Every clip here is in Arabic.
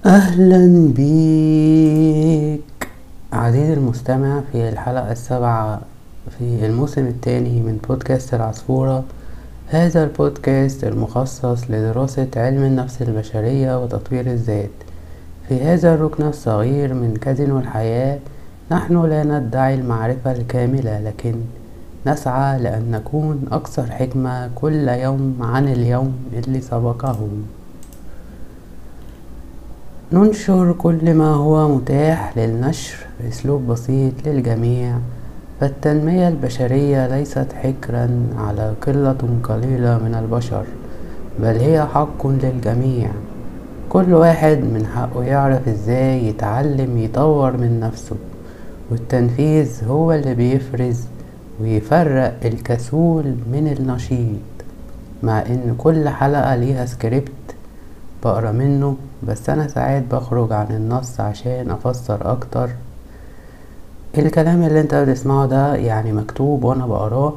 اهلا بيك عزيزي المستمع في الحلقة السابعة في الموسم الثاني من بودكاست العصفورة. هذا البودكاست المخصص لدراسة علم النفس البشرية وتطوير الذات. في هذا الركن الصغير من كازينو الحياة، نحن لا ندعي المعرفة الكاملة، لكن نسعى لأن نكون أكثر حكمة كل يوم عن اليوم اللي سبقه. ننشر كل ما هو متاح للنشر بأسلوب بسيط للجميع، فالتنمية البشرية ليست حكرا على قلة قليلة من البشر، بل هي حق للجميع. كل واحد من حقه يعرف ازاي يتعلم يطور من نفسه، والتنفيذ هو اللي بيفرز ويفرق الكسول من النشيط. مع ان كل حلقة ليها سكريبت بقرا منه، بس انا ساعات بخرج عن النص عشان افسر اكتر. الكلام اللي انت بتسمعه ده يعني مكتوب وانا بقراه،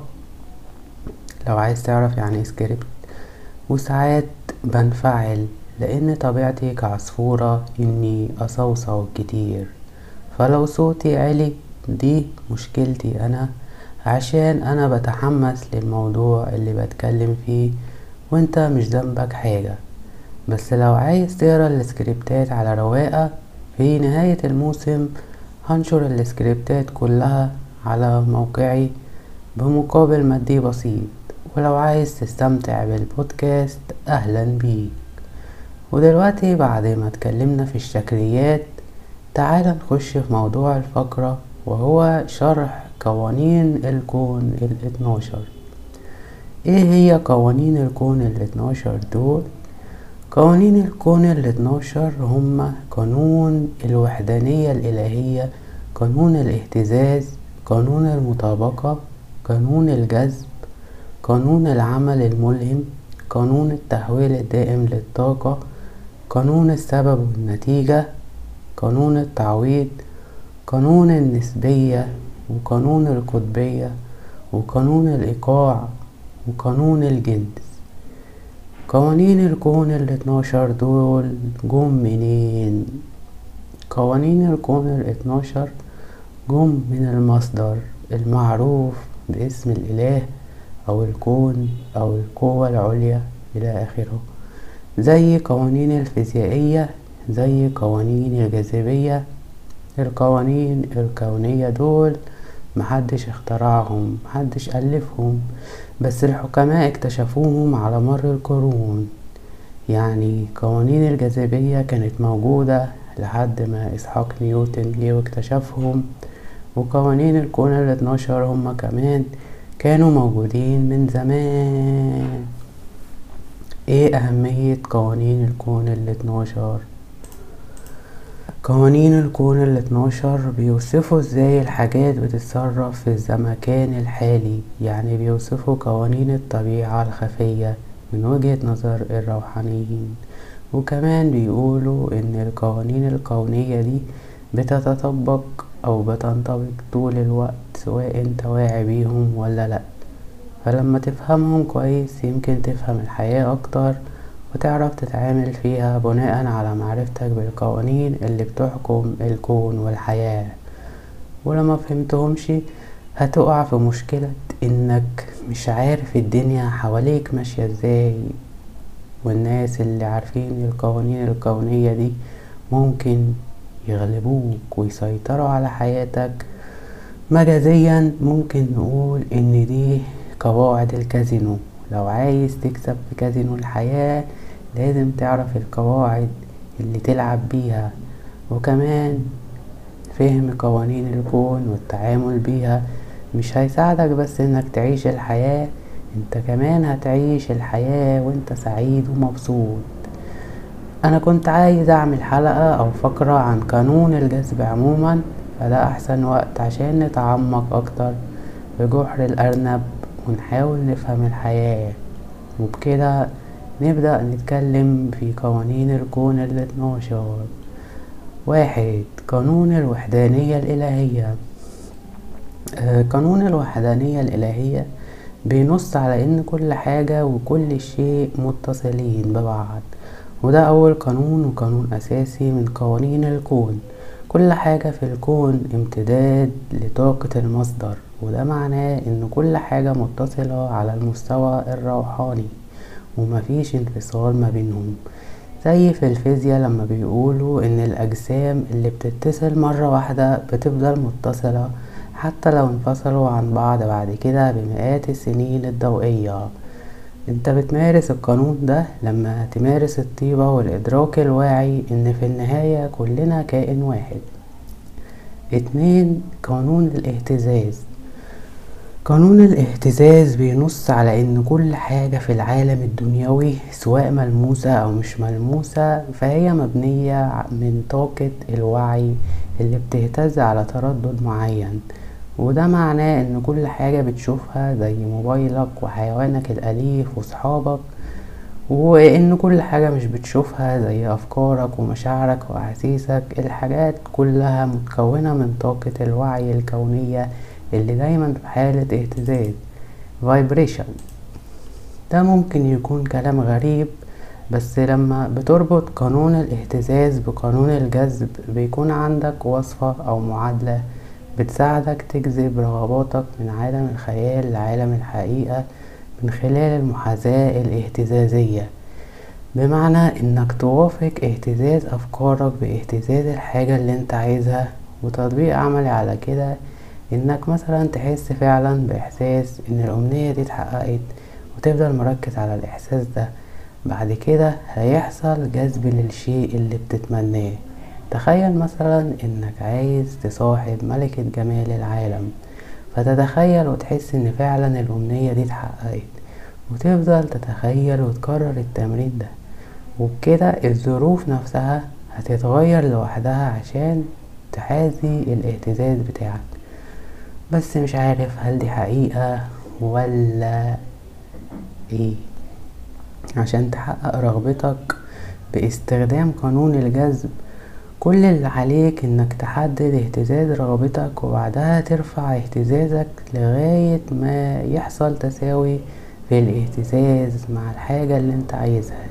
لو عايز تعرف يعني سكريبت. وساعات بنفعل لان طبيعتي كعصفورة اني اصوصو كتير، فلو صوتي عالي دي مشكلتي انا، عشان انا بتحمس للموضوع اللي بتكلم فيه، وانت مش ذنبك حاجة. بس لو عايز تقرا السكريبتات على رواقة، في نهاية الموسم هنشر السكريبتات كلها على موقعي بمقابل مادي بسيط. ولو عايز تستمتع بالبودكاست اهلا بيك. ودلوقتي بعد ما اتكلمنا في الشكليات، تعال نخش في موضوع الفقرة، وهو شرح قوانين الكون ال12. ايه هي قوانين الكون ال12 دول؟ قوانين الكون ال12 هما قانون الوحدانية الإلهية، قانون الاهتزاز، قانون المطابقة، قانون الجذب، قانون العمل الملهم، قانون التحويل الدائم للطاقة، قانون السبب والنتيجة، قانون التعويض، قانون النسبية، وقانون القطبية، وقانون الإيقاع، وقانون الجنس. قوانين الكون ال12 دول جم منين؟ قوانين الكون ال12 جم من المصدر المعروف باسم الإله أو الكون أو القوة العليا إلى آخره، زي قوانين الفيزيائية، زي قوانين الجاذبية. القوانين الكونية دول محدش اخترعهم، محدش ألفهم، بس الحكماء اكتشفوهم على مر القرون. يعني قوانين الجاذبية كانت موجودة لحد ما إسحاق نيوتن جه واكتشفهم، وقوانين الكون ال12 هما كمان كانوا موجودين من زمان. ايه أهمية قوانين الكون ال12؟ قوانين الكون ال12 بيوصفوا ازاي الحاجات بتتصرف في الزمكان الحالي، يعني بيوصفوا قوانين الطبيعة الخفية من وجهة نظر الروحانيين. وكمان بيقولوا ان القوانين الكونية دي بتتطبق او بتنطبق طول الوقت، سواء انت واعي بيهم ولا لا. فلما تفهمهم كويس يمكن تفهم الحياة اكتر، وتعرف تتعامل فيها بناء على معرفتك بالقوانين اللي بتحكم الكون والحياة. ولما فهمتهمش هتقع في مشكلة انك مش عارف الدنيا حواليك ماشية ازاي، والناس اللي عارفين القوانين الكونية دي ممكن يغلبوك ويسيطروا على حياتك. مجازيا ممكن نقول ان دي قواعد الكازينو. لو عايز تكسب في كازينو الحياة لازم تعرف القواعد اللي تلعب بيها، وكمان فهم قوانين الكون والتعامل بيها مش هيساعدك بس انك تعيش الحياة، انت كمان هتعيش الحياة وانت سعيد ومبسوط. انا كنت عايز اعمل حلقة او فقرة عن قانون الجذب عموما، فده احسن وقت عشان نتعمق اكتر في جحر الارنب ونحاول نفهم الحياة. وبكده نبدأ نتكلم في قوانين الكون ال12. 1. قانون الوحدانية الإلهية. قانون الوحدانية الإلهية بينص على إن كل حاجة وكل شيء متصلين ببعض، وده أول قانون وقانون أساسي من قوانين الكون. كل حاجة في الكون امتداد لطاقة المصدر، وده معناه ان كل حاجة متصلة على المستوى الروحاني ومفيش انفصال ما بينهم. زي في الفيزياء لما بيقولوا ان الاجسام اللي بتتصل مرة واحدة بتفضل متصلة حتى لو انفصلوا عن بعض بعد كده بمئات السنين الضوئية. انت بتمارس القانون ده لما تمارس الطيبة والادراك الواعي ان في النهاية كلنا كائن واحد. 2. قانون الاهتزاز. قانون الاهتزاز بينص على ان كل حاجة في العالم الدنيوي سواء ملموسة او مش ملموسة فهي مبنية من طاقة الوعي اللي بتهتز على تردد معين. وده معناه ان كل حاجة بتشوفها زي موبايلك وحيوانك الاليف وصحابك، وان كل حاجة مش بتشوفها زي افكارك ومشاعرك واحاسيسك. الحاجات كلها متكونة من طاقة الوعي الكونية اللي دايما في حالة اهتزاز vibration. ده ممكن يكون كلام غريب، بس لما بتربط قانون الاهتزاز بقانون الجذب بيكون عندك وصفة او معادلة بتساعدك تجذب رغباتك من عالم الخيال لعالم الحقيقة من خلال المحاذاة الاهتزازية، بمعنى انك توافق اهتزاز افكارك باهتزاز الحاجة اللي انت عايزها. وتطبيق عملي على كده انك مثلا تحس فعلا باحساس ان الامنية دي اتحققت وتفضل مركز على الاحساس ده. بعد كده هيحصل جذب للشيء اللي بتتمناه. تخيل مثلا انك عايز تصاحب ملكة جمال العالم، فتتخيل وتحس ان فعلا الامنية دي اتحققت، وتفضل تتخيل وتكرر التمرين ده، وبكده الظروف نفسها هتتغير لوحدها عشان تحازي الاهتزاز بتاعك. بس مش عارف هل دي حقيقة ولا ايه. عشان تحقق رغبتك باستخدام قانون الجذب كل اللي عليك انك تحدد اهتزاز رغبتك وبعدها ترفع اهتزازك لغاية ما يحصل تساوي في الاهتزاز مع الحاجة اللي انت عايزها.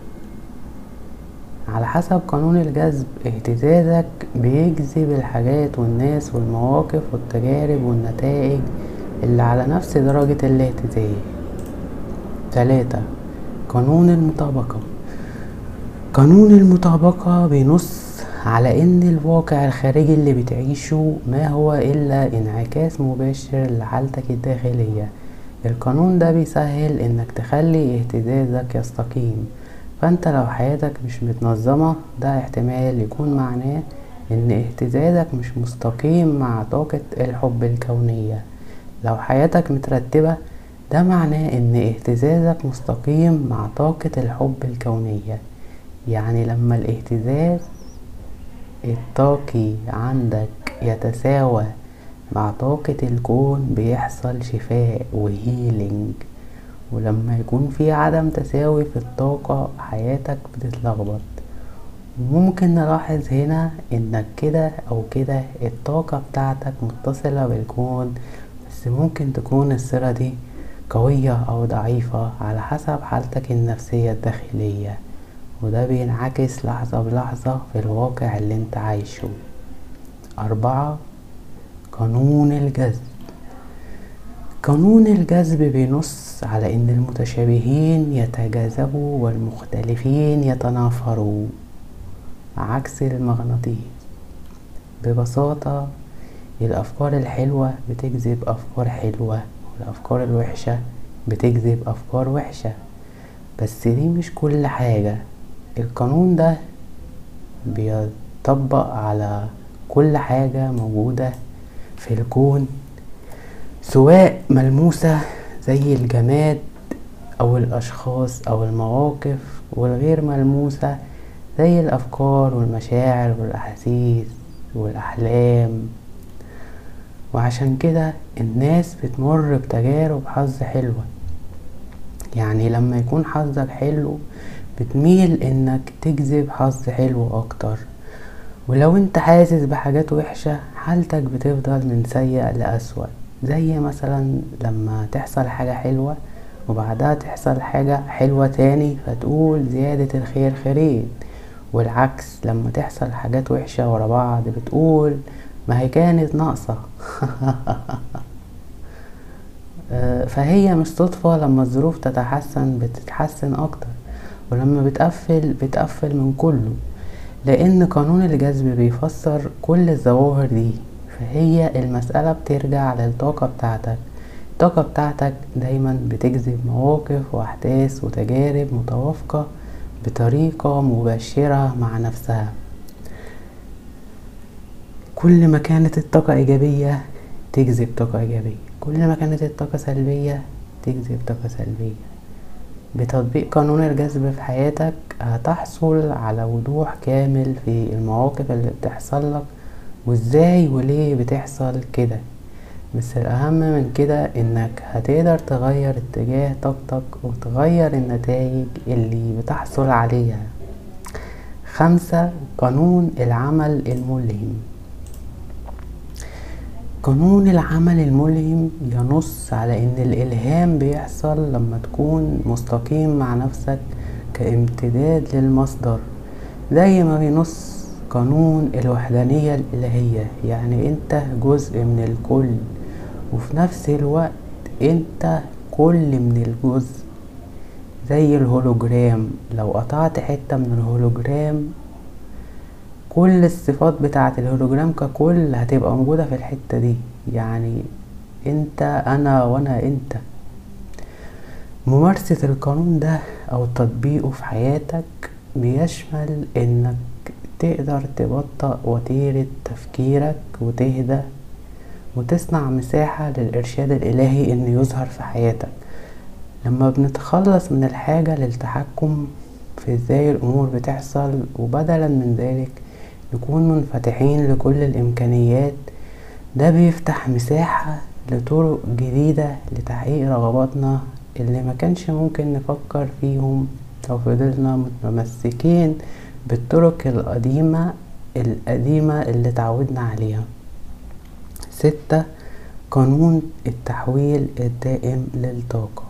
على حسب قانون الجذب اهتزازك بيجذب الحاجات والناس والمواقف والتجارب والنتائج اللي على نفس درجة الاهتزاز. 3. قانون المطابقة. قانون المطابقة بينص على ان الواقع الخارجي اللي بتعيشه ما هو الا انعكاس مباشر لحالتك الداخلية. القانون ده بيسهل انك تخلي اهتزازك يستقيم. فانت لو حياتك مش متنظمة ده احتمال يكون معناه ان اهتزازك مش مستقيم مع طاقة الحب الكونية. لو حياتك مترتبة ده معناه ان اهتزازك مستقيم مع طاقة الحب الكونية. يعني لما الاهتزاز الطاقي عندك يتساوى مع طاقة الكون بيحصل شفاء وهيلينج. ولما يكون في عدم تساوي في الطاقة حياتك بتتلخبط. وممكن نلاحظ هنا انك كده او كده الطاقة بتاعتك متصلة بالكون، بس ممكن تكون الصلة دي قوية او ضعيفة على حسب حالتك النفسية الداخلية، وده بينعكس لحظة بلحظة في الواقع اللي انت عايشه. 4. قانون الجذب. قانون الجذب بينص على ان المتشابهين يتجاذبوا والمختلفين يتنافروا عكس المغناطيس. ببساطة الافكار الحلوة بتجذب افكار حلوة، والافكار الوحشة بتجذب افكار وحشة. بس دي مش كل حاجة. القانون ده بيطبق على كل حاجة موجودة في الكون سواء ملموسة زي الجماد او الاشخاص او المواقف، والغير ملموسة زي الافكار والمشاعر والاحاسيس والاحلام. وعشان كده الناس بتمر بتجارب حظ حلوة. يعني لما يكون حظك حلو بتميل انك تجذب حظ حلو اكتر، ولو انت حاسس بحاجات وحشة حالتك بتفضل من سيء لأسوأ. زي مثلا لما تحصل حاجة حلوة وبعدها تحصل حاجة حلوة تاني فتقول زيادة الخير خيرين، والعكس لما تحصل حاجات وحشة ورا بعض بتقول ما هي كانت ناقصة. فهي مش صدفة لما الظروف تتحسن بتتحسن اكتر، ولما بتقفل من كله، لان قانون الجذب بيفسر كل الظواهر دي. فهي المسألة بترجع للطاقة بتاعتك. الطاقة بتاعتك دايما بتجذب مواقف واحداث وتجارب متوافقة بطريقة مباشرة مع نفسها. كل ما كانت الطاقة ايجابية تجذب طاقة ايجابية، كل ما كانت الطاقة سلبية تجذب طاقة سلبية. بتطبيق قانون الجذب في حياتك هتحصل على وضوح كامل في المواقف اللي بتحصل لك وازاي وليه بتحصل كده. بس الأهم من كده انك هتقدر تغير اتجاه طاقتك وتغير النتائج اللي بتحصل عليها. 5. قانون العمل الملهم. قانون العمل الملهم ينص على ان الالهام بيحصل لما تكون مستقيم مع نفسك كامتداد للمصدر، زي ما بينص قانون الوحدانية الالهية. يعني انت جزء من الكل، وفي نفس الوقت انت كل من الجزء. زي الهولوجرام، لو قطعت حتة من الهولوجرام كل الصفات بتاعة الهولوجرام ككل هتبقى موجودة في الحتة دي. يعني انت انا وانا انت. ممارسة القانون ده او تطبيقه في حياتك بيشمل انك تقدر تبطئ وتيرة تفكيرك وتهدى وتصنع مساحة للإرشاد الإلهي إنه يظهر في حياتك. لما بنتخلص من الحاجة للتحكم في ازاي الأمور بتحصل، وبدلا من ذلك نكون منفتحين لكل الإمكانيات، ده بيفتح مساحة لطرق جديدة لتحقيق رغباتنا اللي ما كانش ممكن نفكر فيهم لو فضلنا متمسكين بالطرق القديمة اللي تعودنا عليها. 6. قانون التحويل الدائم للطاقة.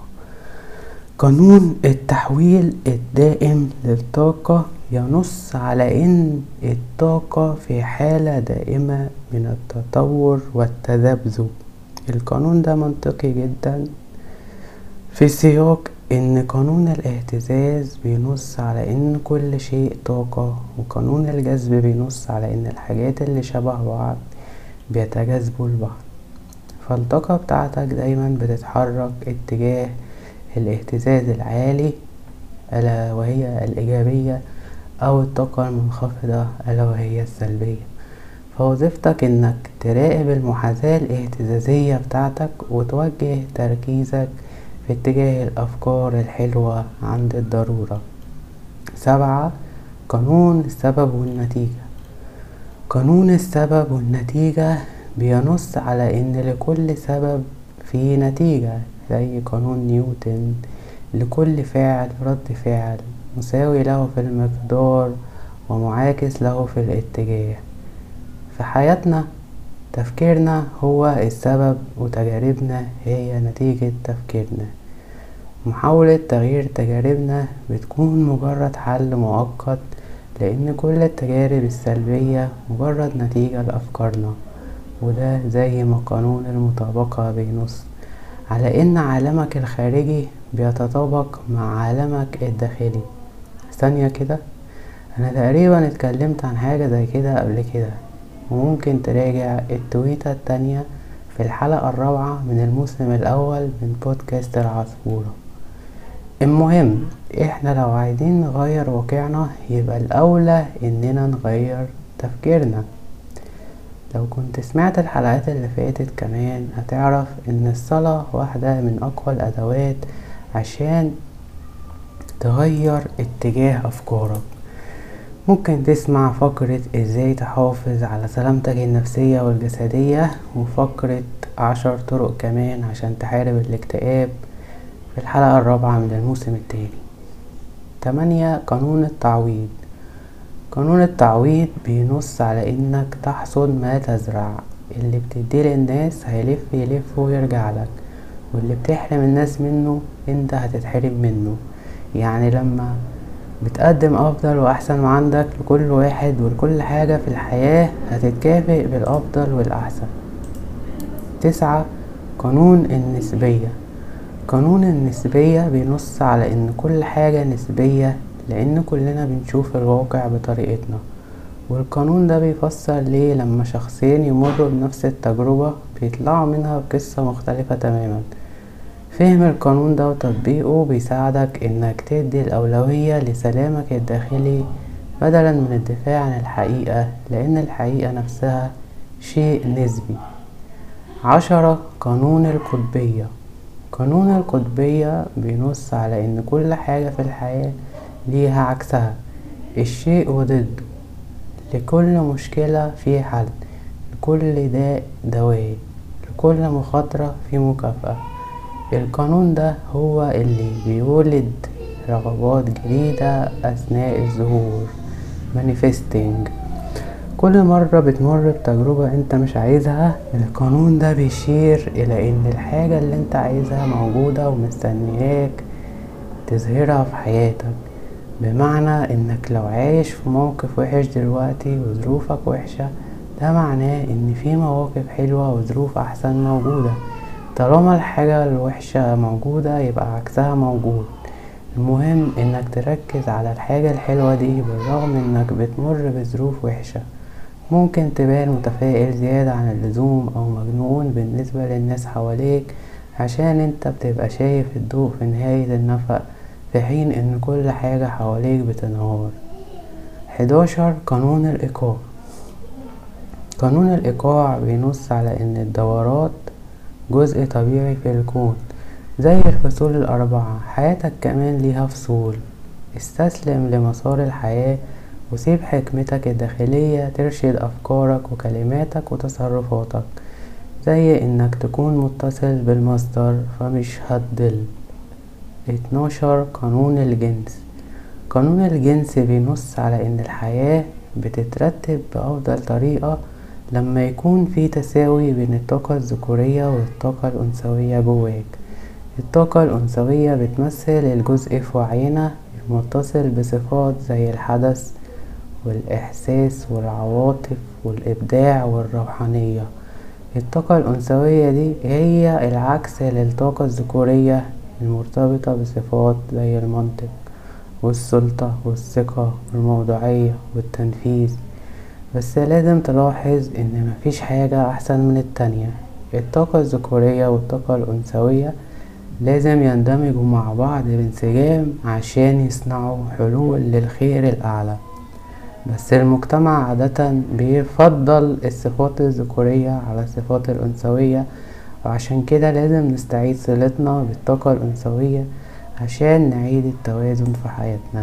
قانون التحويل الدائم للطاقة ينص على ان الطاقة في حالة دائمة من التطور والتذبذب. القانون ده منطقي جدا في سياق ان قانون الاهتزاز بينص على ان كل شيء طاقة، وقانون الجذب بينص على ان الحاجات اللي شبه بعض بيتجاذبوا لبعض. فالطاقة بتاعتك دايما بتتحرك اتجاه الاهتزاز العالي ألا وهي الإيجابية، أو الطاقة المنخفضة ألا وهي السلبية. فوظيفتك انك تراقب المحاذاة الاهتزازية بتاعتك وتوجه تركيزك في اتجاه الأفكار الحلوة عند الضرورة. 7. قانون السبب والنتيجة. قانون السبب والنتيجة بينص على ان لكل سبب في نتيجة، زي قانون نيوتن، لكل فعل رد فعل مساوي له في المقدار ومعاكس له في الاتجاه. في حياتنا تفكيرنا هو السبب وتجاربنا هي نتيجة تفكيرنا. محاولة تغيير تجاربنا بتكون مجرد حل مؤقت، لأن كل التجارب السلبية مجرد نتيجة لأفكارنا. وده زي ما قانون المطابقة بينص على إن عالمك الخارجي بيتطابق مع عالمك الداخلي. ثانية كده، أنا تقريبا اتكلمت عن حاجة زي كده قبل كده، وممكن تراجع التويتة التانية في الحلقة الرابعة من الموسم الأول من بودكاست العصفورة. المهم، احنا لو عايزين نغير واقعنا يبقى الأولى إننا نغير تفكيرنا. لو كنت سمعت الحلقات اللي فاتت كمان هتعرف إن الصلاة واحدة من أقوى الأدوات عشان تغير اتجاه أفكارك. ممكن تسمع فقرة ازاي تحافظ على سلامتك النفسية والجسدية، وفقرة 10 طرق كمان عشان تحارب الاكتئاب في الحلقة الرابعة من الموسم التاني. 8. قانون التعويض. قانون التعويض بينص على انك تحصد ما تزرع. اللي بتديه للناس هيلف يلف ويرجع لك، واللي بتحرم الناس منه انت هتتحرم منه. يعني لما بتقدم افضل واحسن ما عندك لكل واحد ولكل حاجة في الحياة هتتكافئ بالافضل والاحسن. 9. قانون النسبية. قانون النسبية بينص على ان كل حاجة نسبية، لان كلنا بنشوف الواقع بطريقتنا. والقانون ده بيفسر ليه لما شخصين يمروا بنفس التجربة بيطلعوا منها بقصة مختلفة تماما. فهم القانون ده وتطبيقه بيساعدك انك تدي الأولوية لسلامك الداخلي بدلا من الدفاع عن الحقيقة، لأن الحقيقة نفسها شيء نسبي. 10. قانون القطبية. قانون القطبية بينص على ان كل حاجة في الحياة ليها عكسها، الشيء وضده. لكل مشكلة في حل، لكل داء دواء، لكل مخاطرة في مكافأة. القانون ده هو اللي بيولد رغبات جديدة أثناء الظهور manifesting. كل مرة بتمر بتجربة انت مش عايزها، القانون ده بيشير الى ان الحاجة اللي انت عايزها موجودة ومستنياك تظهرها في حياتك. بمعنى انك لو عايش في موقف وحش دلوقتي وظروفك وحشة، ده معناه ان في مواقف حلوة وظروف احسن موجودة. طالما الحاجة الوحشة موجودة يبقى عكسها موجود. المهم انك تركز على الحاجة الحلوة دي بالرغم انك بتمر بظروف وحشة. ممكن تبان متفائل زيادة عن اللزوم او مجنون بالنسبة للناس حواليك، عشان انت بتبقى شايف الضوء في نهاية النفق في حين ان كل حاجة حواليك بتنهار. 11. قانون الإيقاع. قانون الإيقاع بينص على ان الدورات جزء طبيعي في الكون زي الفصول ال4. حياتك كمان ليها فصول. استسلم لمسار الحياة وسيب حكمتك الداخلية ترشد أفكارك وكلماتك وتصرفاتك، زي انك تكون متصل بالمصدر فمش هتضل. 12. قانون الجنس. قانون الجنس بينص على ان الحياة بتترتب بأفضل طريقة لما يكون في تساوي بين الطاقة الذكورية والطاقة الأنثوية جواك. الطاقة الأنثوية بتمثل الجزء في وعينا المتصل بصفات زي الحدث والإحساس والعواطف والإبداع والروحانية. الطاقة الأنثوية دي هي العكس للطاقة الذكورية المرتبطة بصفات زي المنطق والسلطة والثقة والموضوعية والتنفيذ. بس لازم تلاحظ ان مفيش حاجة احسن من التانية. الطاقة الذكورية والطاقة الأنثوية لازم يندمجوا مع بعض بانسجام عشان يصنعوا حلول للخير الأعلى. بس المجتمع عادة بيفضل الصفات الذكورية على الصفات الأنثوية، وعشان كده لازم نستعيد صلتنا بالطاقة الأنثوية عشان نعيد التوازن في حياتنا.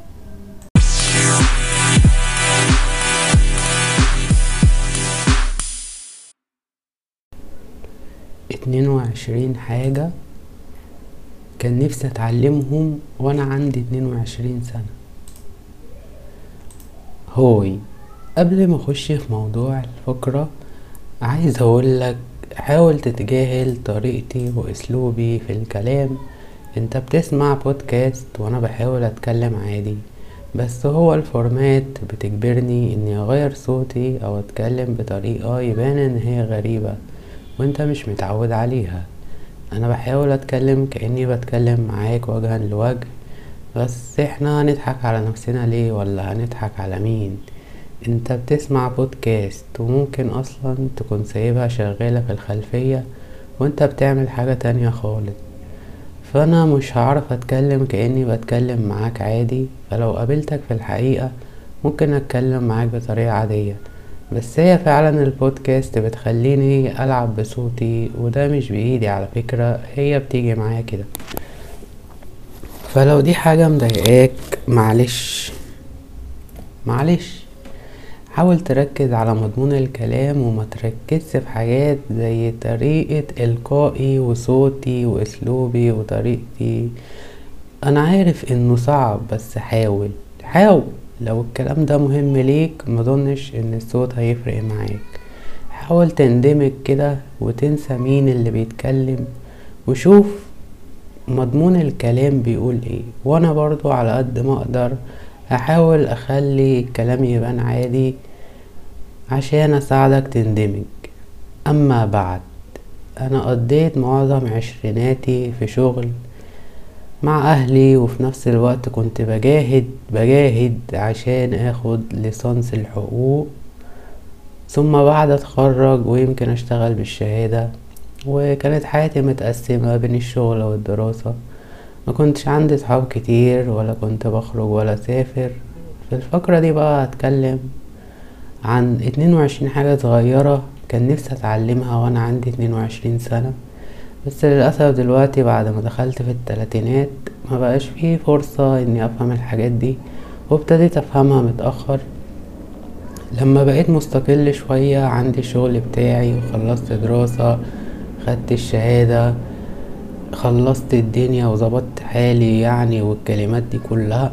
22 حاجة كان نفسي اتعلمهم وانا عندي 22 سنة. هوي، قبل ما اخش في موضوع الفقرة عايز اقولك حاول تتجاهل طريقتي واسلوبي في الكلام. انت بتسمع بودكاست وانا بحاول اتكلم عادي، بس هو الفورمات بتجبرني اني اغير صوتي او اتكلم بطريقة يبان ان هي غريبة وانت مش متعود عليها. انا بحاول اتكلم كأني بتكلم معاك وجها لوجه، بس احنا هنضحك على نفسنا ليه ولا هنضحك على مين؟ انت بتسمع بودكاست وممكن اصلا تكون سايبها شغالة في الخلفية وانت بتعمل حاجة تانية خالص. فانا مش هعرف اتكلم كأني بتكلم معاك عادي، فلو قابلتك في الحقيقة ممكن اتكلم معاك بطريقة عادية، بس هي فعلا البودكاست بتخليني العب بصوتي وده مش بايدي على فكرة، هي بتيجي معايا كده. فلو دي حاجة مضايقاك معلش حاول تركز على مضمون الكلام وما تركزش في حاجات زي طريقة إلقائي وصوتي واسلوبي وطريقتي. انا عارف انه صعب بس حاول لو الكلام ده مهم ليك مظنش ان الصوت هيفرق معاك. حاول تندمج كده وتنسى مين اللي بيتكلم وشوف مضمون الكلام بيقول ايه، وانا برضو على قد ما اقدر احاول اخلي الكلام يبان عادي عشان اساعدك تندمج. اما بعد، انا قضيت معظم عشريناتي في شغل مع اهلي، وفي نفس الوقت كنت بجاهد عشان اخد ليسانس الحقوق، ثم بعد اتخرج ويمكن اشتغل بالشهادة. وكانت حياتي متقسمة بين الشغل والدراسة، ما كنتش عندي صحاب كتير ولا كنت بخرج ولا سافر. في الفقرة دي بقى هتكلم عن 22 حاجة صغيرة كان نفسي اتعلمها وانا عندي 22 سنة، بس للأسف دلوقتي بعد ما دخلت في التلاتينات ما بقاش فيه فرصة اني افهم الحاجات دي، وابتديت افهمها متأخر لما بقيت مستقل شوية، عندي الشغل بتاعي وخلصت دراسة، خدت الشهادة، خلصت الدنيا وظبطت حالي يعني، والكلمات دي كلها.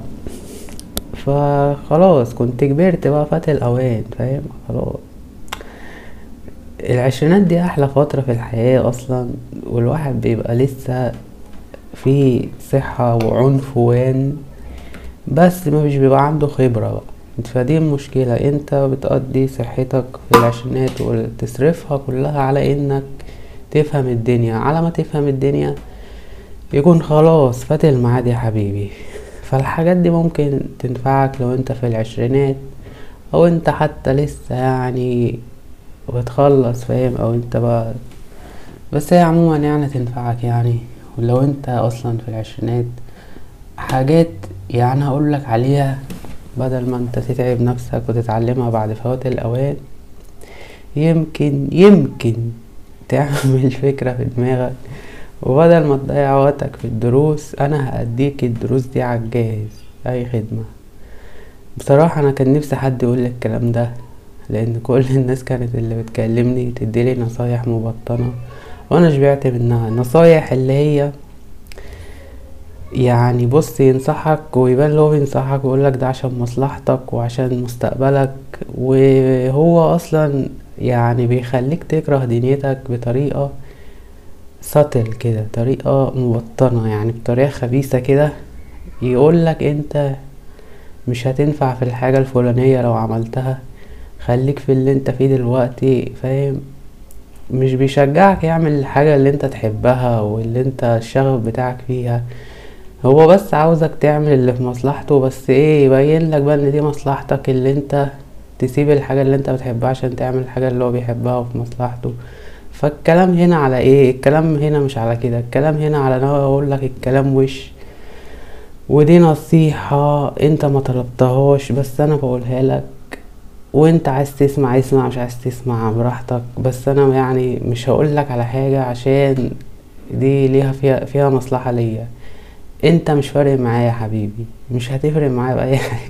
فخلاص كنت كبرت بقى، فات الاوان، فاهم؟ خلاص. العشرينات دي احلى فترة في الحياة اصلا، والواحد بيبقى لسه في صحة وعنفوان، بس ما مش بيبقى عنده خبرة بقى. فدي المشكلة، انت بتقضي صحتك في العشرينات وتصرفها كلها على انك تفهم الدنيا، على ما تفهم الدنيا يكون خلاص فات الميعاد يا حبيبي. فالحاجات دي ممكن تنفعك لو انت في العشرينات، او انت حتى لسه يعني بتخلص، فاهم؟ او انت بقى، بس هي عموما يعني تنفعك يعني. ولو انت اصلا في العشرينات، حاجات يعني هقولك عليها بدل ما انت تتعب نفسك وتتعلمها بعد فوات الاوان، يمكن تعمل فكرة في دماغك، وبدل ما تضيع وقتك في الدروس انا هأديك الدروس دي عالجاهز، اي خدمة. بصراحة انا كان نفسي حد يقول الكلام ده، لان كل الناس كانت اللي بتكلمني تديلي نصايح مبطنة، وانا شبعت منها. نصايح اللي هي يعني بص، ينصحك ويبان له بينصحك ويقولك ده عشان مصلحتك وعشان مستقبلك، وهو اصلا يعني بيخليك تكره دنيتك بطريقة ساتل كده، طريقة مبطنة يعني، بطريقة خبيثة كده. يقولك انت مش هتنفع في الحاجة الفلانية لو عملتها، خليك في اللي انت فيه دلوقتي، فاهم؟ مش بيشجعك يعمل الحاجة اللي انت تحبها واللي انت الشغف بتاعك فيها، هو بس عاوزك تعمل اللي في مصلحته، بس ايه، يبين لك بقى ان دي مصلحتك، اللي انت تسيب الحاجة اللي انت بتحبها عشان تعمل الحاجة اللي هو بيحبها وفي مصلحته. فالكلام هنا على ايه؟ الكلام هنا مش على كده، الكلام هنا على ان هو يقول لك الكلام وش، ودي نصيحة انت ما طلبتهاش بس انا بقولها لك، وانت عايز تسمع اسمع، مش عايز تسمع براحتك، بس انا يعني مش هقول لك على حاجة عشان دي ليها فيها مصلحة ليا. انت مش فارق معايا يا حبيبي، مش هتفرق معايا بأي حاجة.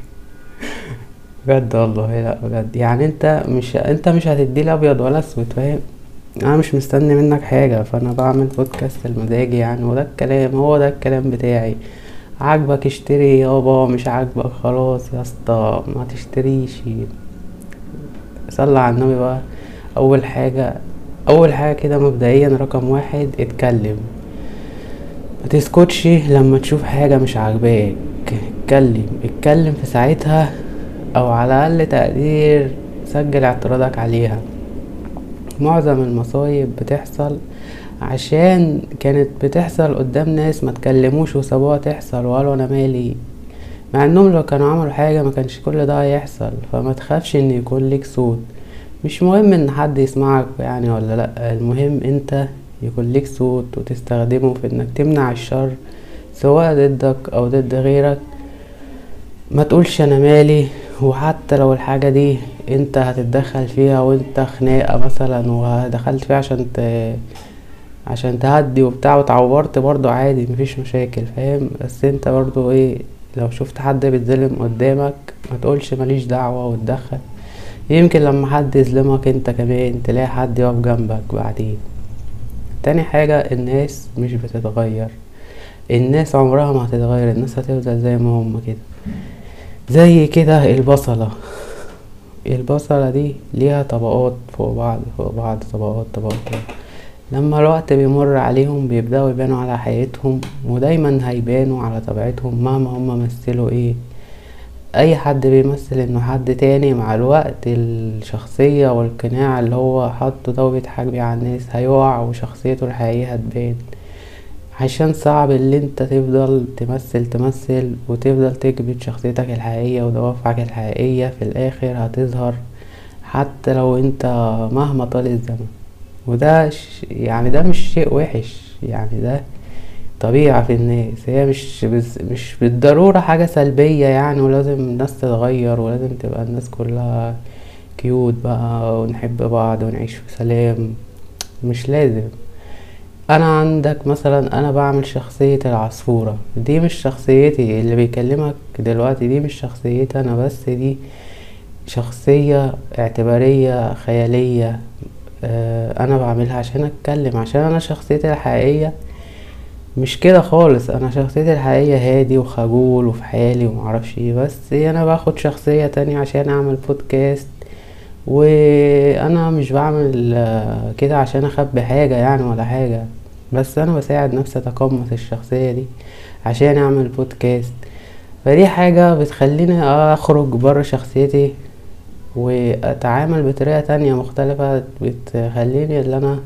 بجد والله، لا بجد يعني، انت مش هتدي لي ابيض ولا اسود، فاهم؟ انا مش مستني منك حاجة، فانا بعمل بودكاست المزاجي يعني، وده الكلام، هو ده الكلام بتاعي. عاجبك اشتري يابا، مش عاجبك خلاص يا اسطى ما تشتريش. صلى على النبي بقى. اول حاجة كده مبدئيا، رقم واحد، اتكلم، ما تسكتش لما تشوف حاجة مش عاجباك. اتكلم في ساعتها، او على اقل تقدير سجل اعتراضك عليها. معظم المصايب بتحصل عشان كانت بتحصل قدام ناس ما تكلموش وسابوها تحصل وقالوا انا مالي، مع انهم لو كانوا عملوا حاجة ما كانش كل ده هيحصل. فما تخافش ان يكون ليك صوت، مش مهم ان حد يسمعك يعني ولا لا، المهم انت يكون ليك صوت وتستخدمه في انك تمنع الشر سواء ضدك او ضد غيرك. ما تقولش انا مالي، وحتى لو الحاجة دي انت هتتدخل فيها وانت خناقة مثلا ودخلت فيها عشان تهدي وبتاع وتعورت، برضو عادي مفيش مشاكل، فاهم؟ بس انت برضو ايه، لو شفت حد بيتظلم قدامك ما تقولش ماليش دعوة وتدخل، يمكن لما حد يظلمك انت كمان تلاقي حد يقف جنبك بعدين. تاني حاجة، الناس مش بتتغير، الناس عمرها ما هتتغير، الناس هتفضل زي ما هم كده. زي كده البصلة دي ليها طبقات فوق بعض فوق بعض، طبقات طبقات. لما الوقت بيمر عليهم بيبدأوا يبانوا على حقيقتهم، ودايما هيبانوا على طبيعتهم مهما هم مثلوا ايه. اي حد بيمثل انه حد تاني، مع الوقت الشخصية والقناع اللي هو حاطه ده وبيضحك بيه على الناس هيقع، وشخصيته الحقيقية هتبان. عشان صعب اللي انت تفضل تمثل وتفضل تكبت شخصيتك الحقيقية ودوافعك الحقيقية، في الاخر هتظهر حتى لو انت مهما طال الزمن. وده يعني ده مش شيء وحش، يعني ده طبيعة في الناس. هي مش بالضرورة حاجة سلبية يعني، ولازم الناس تتغير ولازم تبقى الناس كلها كيوت بقى ونحب بعض ونعيش في سلام. مش لازم. انا عندك مثلا انا بعمل شخصية العصفورة، دي مش شخصيتي اللي بيكلمك دلوقتي، دي مش شخصيتي انا، بس دي شخصية اعتبارية خيالية. انا بعملها عشان اتكلم، عشان انا شخصيتي الحقيقية مش كده خالص. انا شخصيتي الحقيقية هادي وخجول وفي حالي ومعرفش ايه، بس انا باخد شخصية تانية عشان اعمل بودكاست. وانا مش بعمل كده عشان اخبي حاجة يعني ولا حاجة، بس انا بساعد نفسي اتقمص الشخصية دي عشان اعمل بودكاست. فدي حاجة بتخليني اخرج برا شخصيتي واتعامل بطريقة تانية مختلفة، بتخليني اللي انا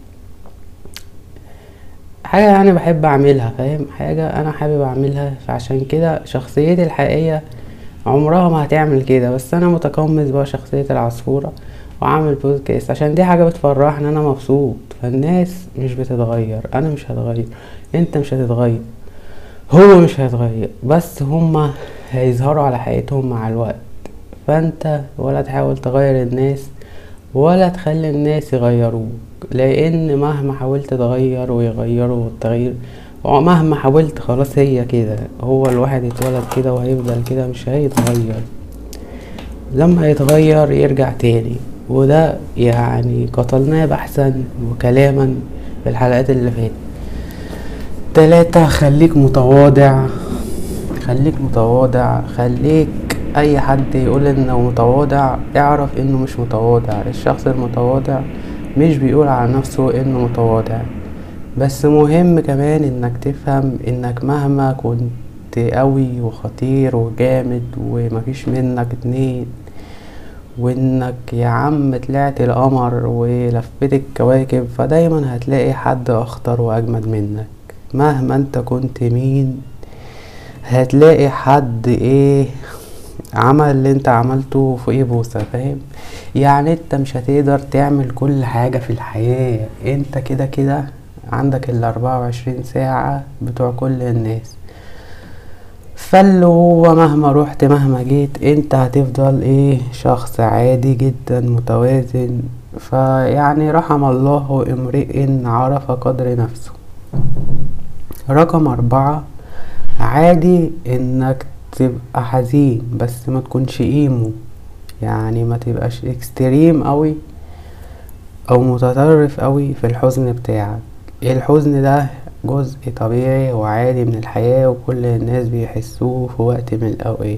حاجة يعني بحب اعملها، فاهم؟ حاجة انا حابب اعملها، فعشان كده شخصيتي الحقيقية عمرها ما هتعمل كده. بس انا متقمص بقى شخصية العصفورة وعامل بودكاست عشان دي حاجة بتفرحني، انا مبسوط. فالناس مش بتتغير، انا مش هتغير، انت مش هتتغير، هو مش هيتغير، بس هما هيظهروا على حقيقتهم مع الوقت. فانت ولا تحاول تغير الناس ولا تخلي الناس يغيروك، لان مهما حاولت تغير ويغيروا التغيير، ومهما حاولت خلاص هي كده، هو الواحد اتولد كده وهيفضل كده، مش هيتغير. لما يتغير يرجع تاني. وده يعني قتلناه بحثا وكلاما في الحلقات اللي فاتت. 3، خليك متواضع. خليك متواضع، خليك اي حد يقول انه متواضع اعرف انه مش متواضع. الشخص المتواضع مش بيقول على نفسه انه متواضع. بس مهم كمان انك تفهم انك مهما كنت قوي وخطير وجامد ومفيش منك اتنين، وانك يا عم طلعت القمر ولفت الكواكب، فدايما هتلاقي حد اخطر واجمد منك. مهما انت كنت مين هتلاقي حد ايه عمل اللي انت عملته في ايه بوسة، فاهم؟ يعني انت مش هتقدر تعمل كل حاجة في الحياة. انت كده كده عندك 24 ساعة بتوع كل الناس. فاللي هو مهما رحت مهما جيت انت هتفضل ايه؟ شخص عادي جدا متوازن. فيعني رحم الله امرئ عرف قدر نفسه. رقم 4، عادي انك تبقى حزين بس ما تكونش ايمو. يعني ما تبقاش اكستريم قوي او متطرف قوي في الحزن بتاعك. الحزن ده جزء طبيعي وعادي من الحياة، وكل الناس بيحسوه في وقت من الاوقات.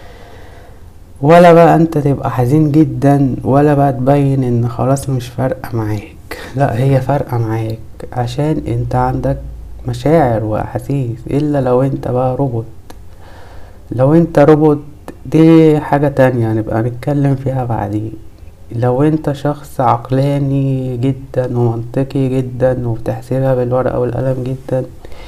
ولا بقى انت تبقى حزين جدا ولا بقى تبين ان خلاص مش فارقة معاك. لا، هي فارقة معاك عشان انت عندك مشاعر واحاسيس. الا لو انت بقى روبوت. لو انت روبوت دي حاجة تانية نبقى نتكلم فيها بعدين. لو انت شخص عقلاني جدا ومنطقي جدا وبتحسبها بالورقة والقلم جدا،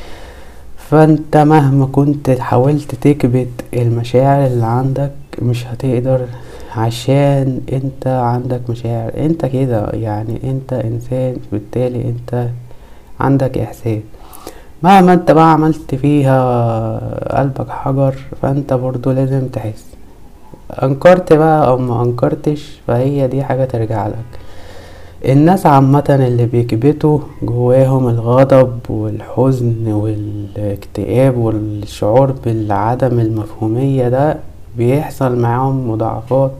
فانت مهما كنت حاولت تكبت المشاعر اللي عندك مش هتقدر، عشان انت عندك مشاعر. انت كده يعني انت انسان، بالتالي انت عندك احساس. مهما انت بقى عملت فيها قلبك حجر فانت برضو لازم تحس. انكرت بقى او ما انكرتش فهي دي حاجة ترجع لك. الناس عامة اللي بيكبتوا جواهم الغضب والحزن والاكتئاب والشعور بالعدم المفهومية ده بيحصل معاهم مضاعفات،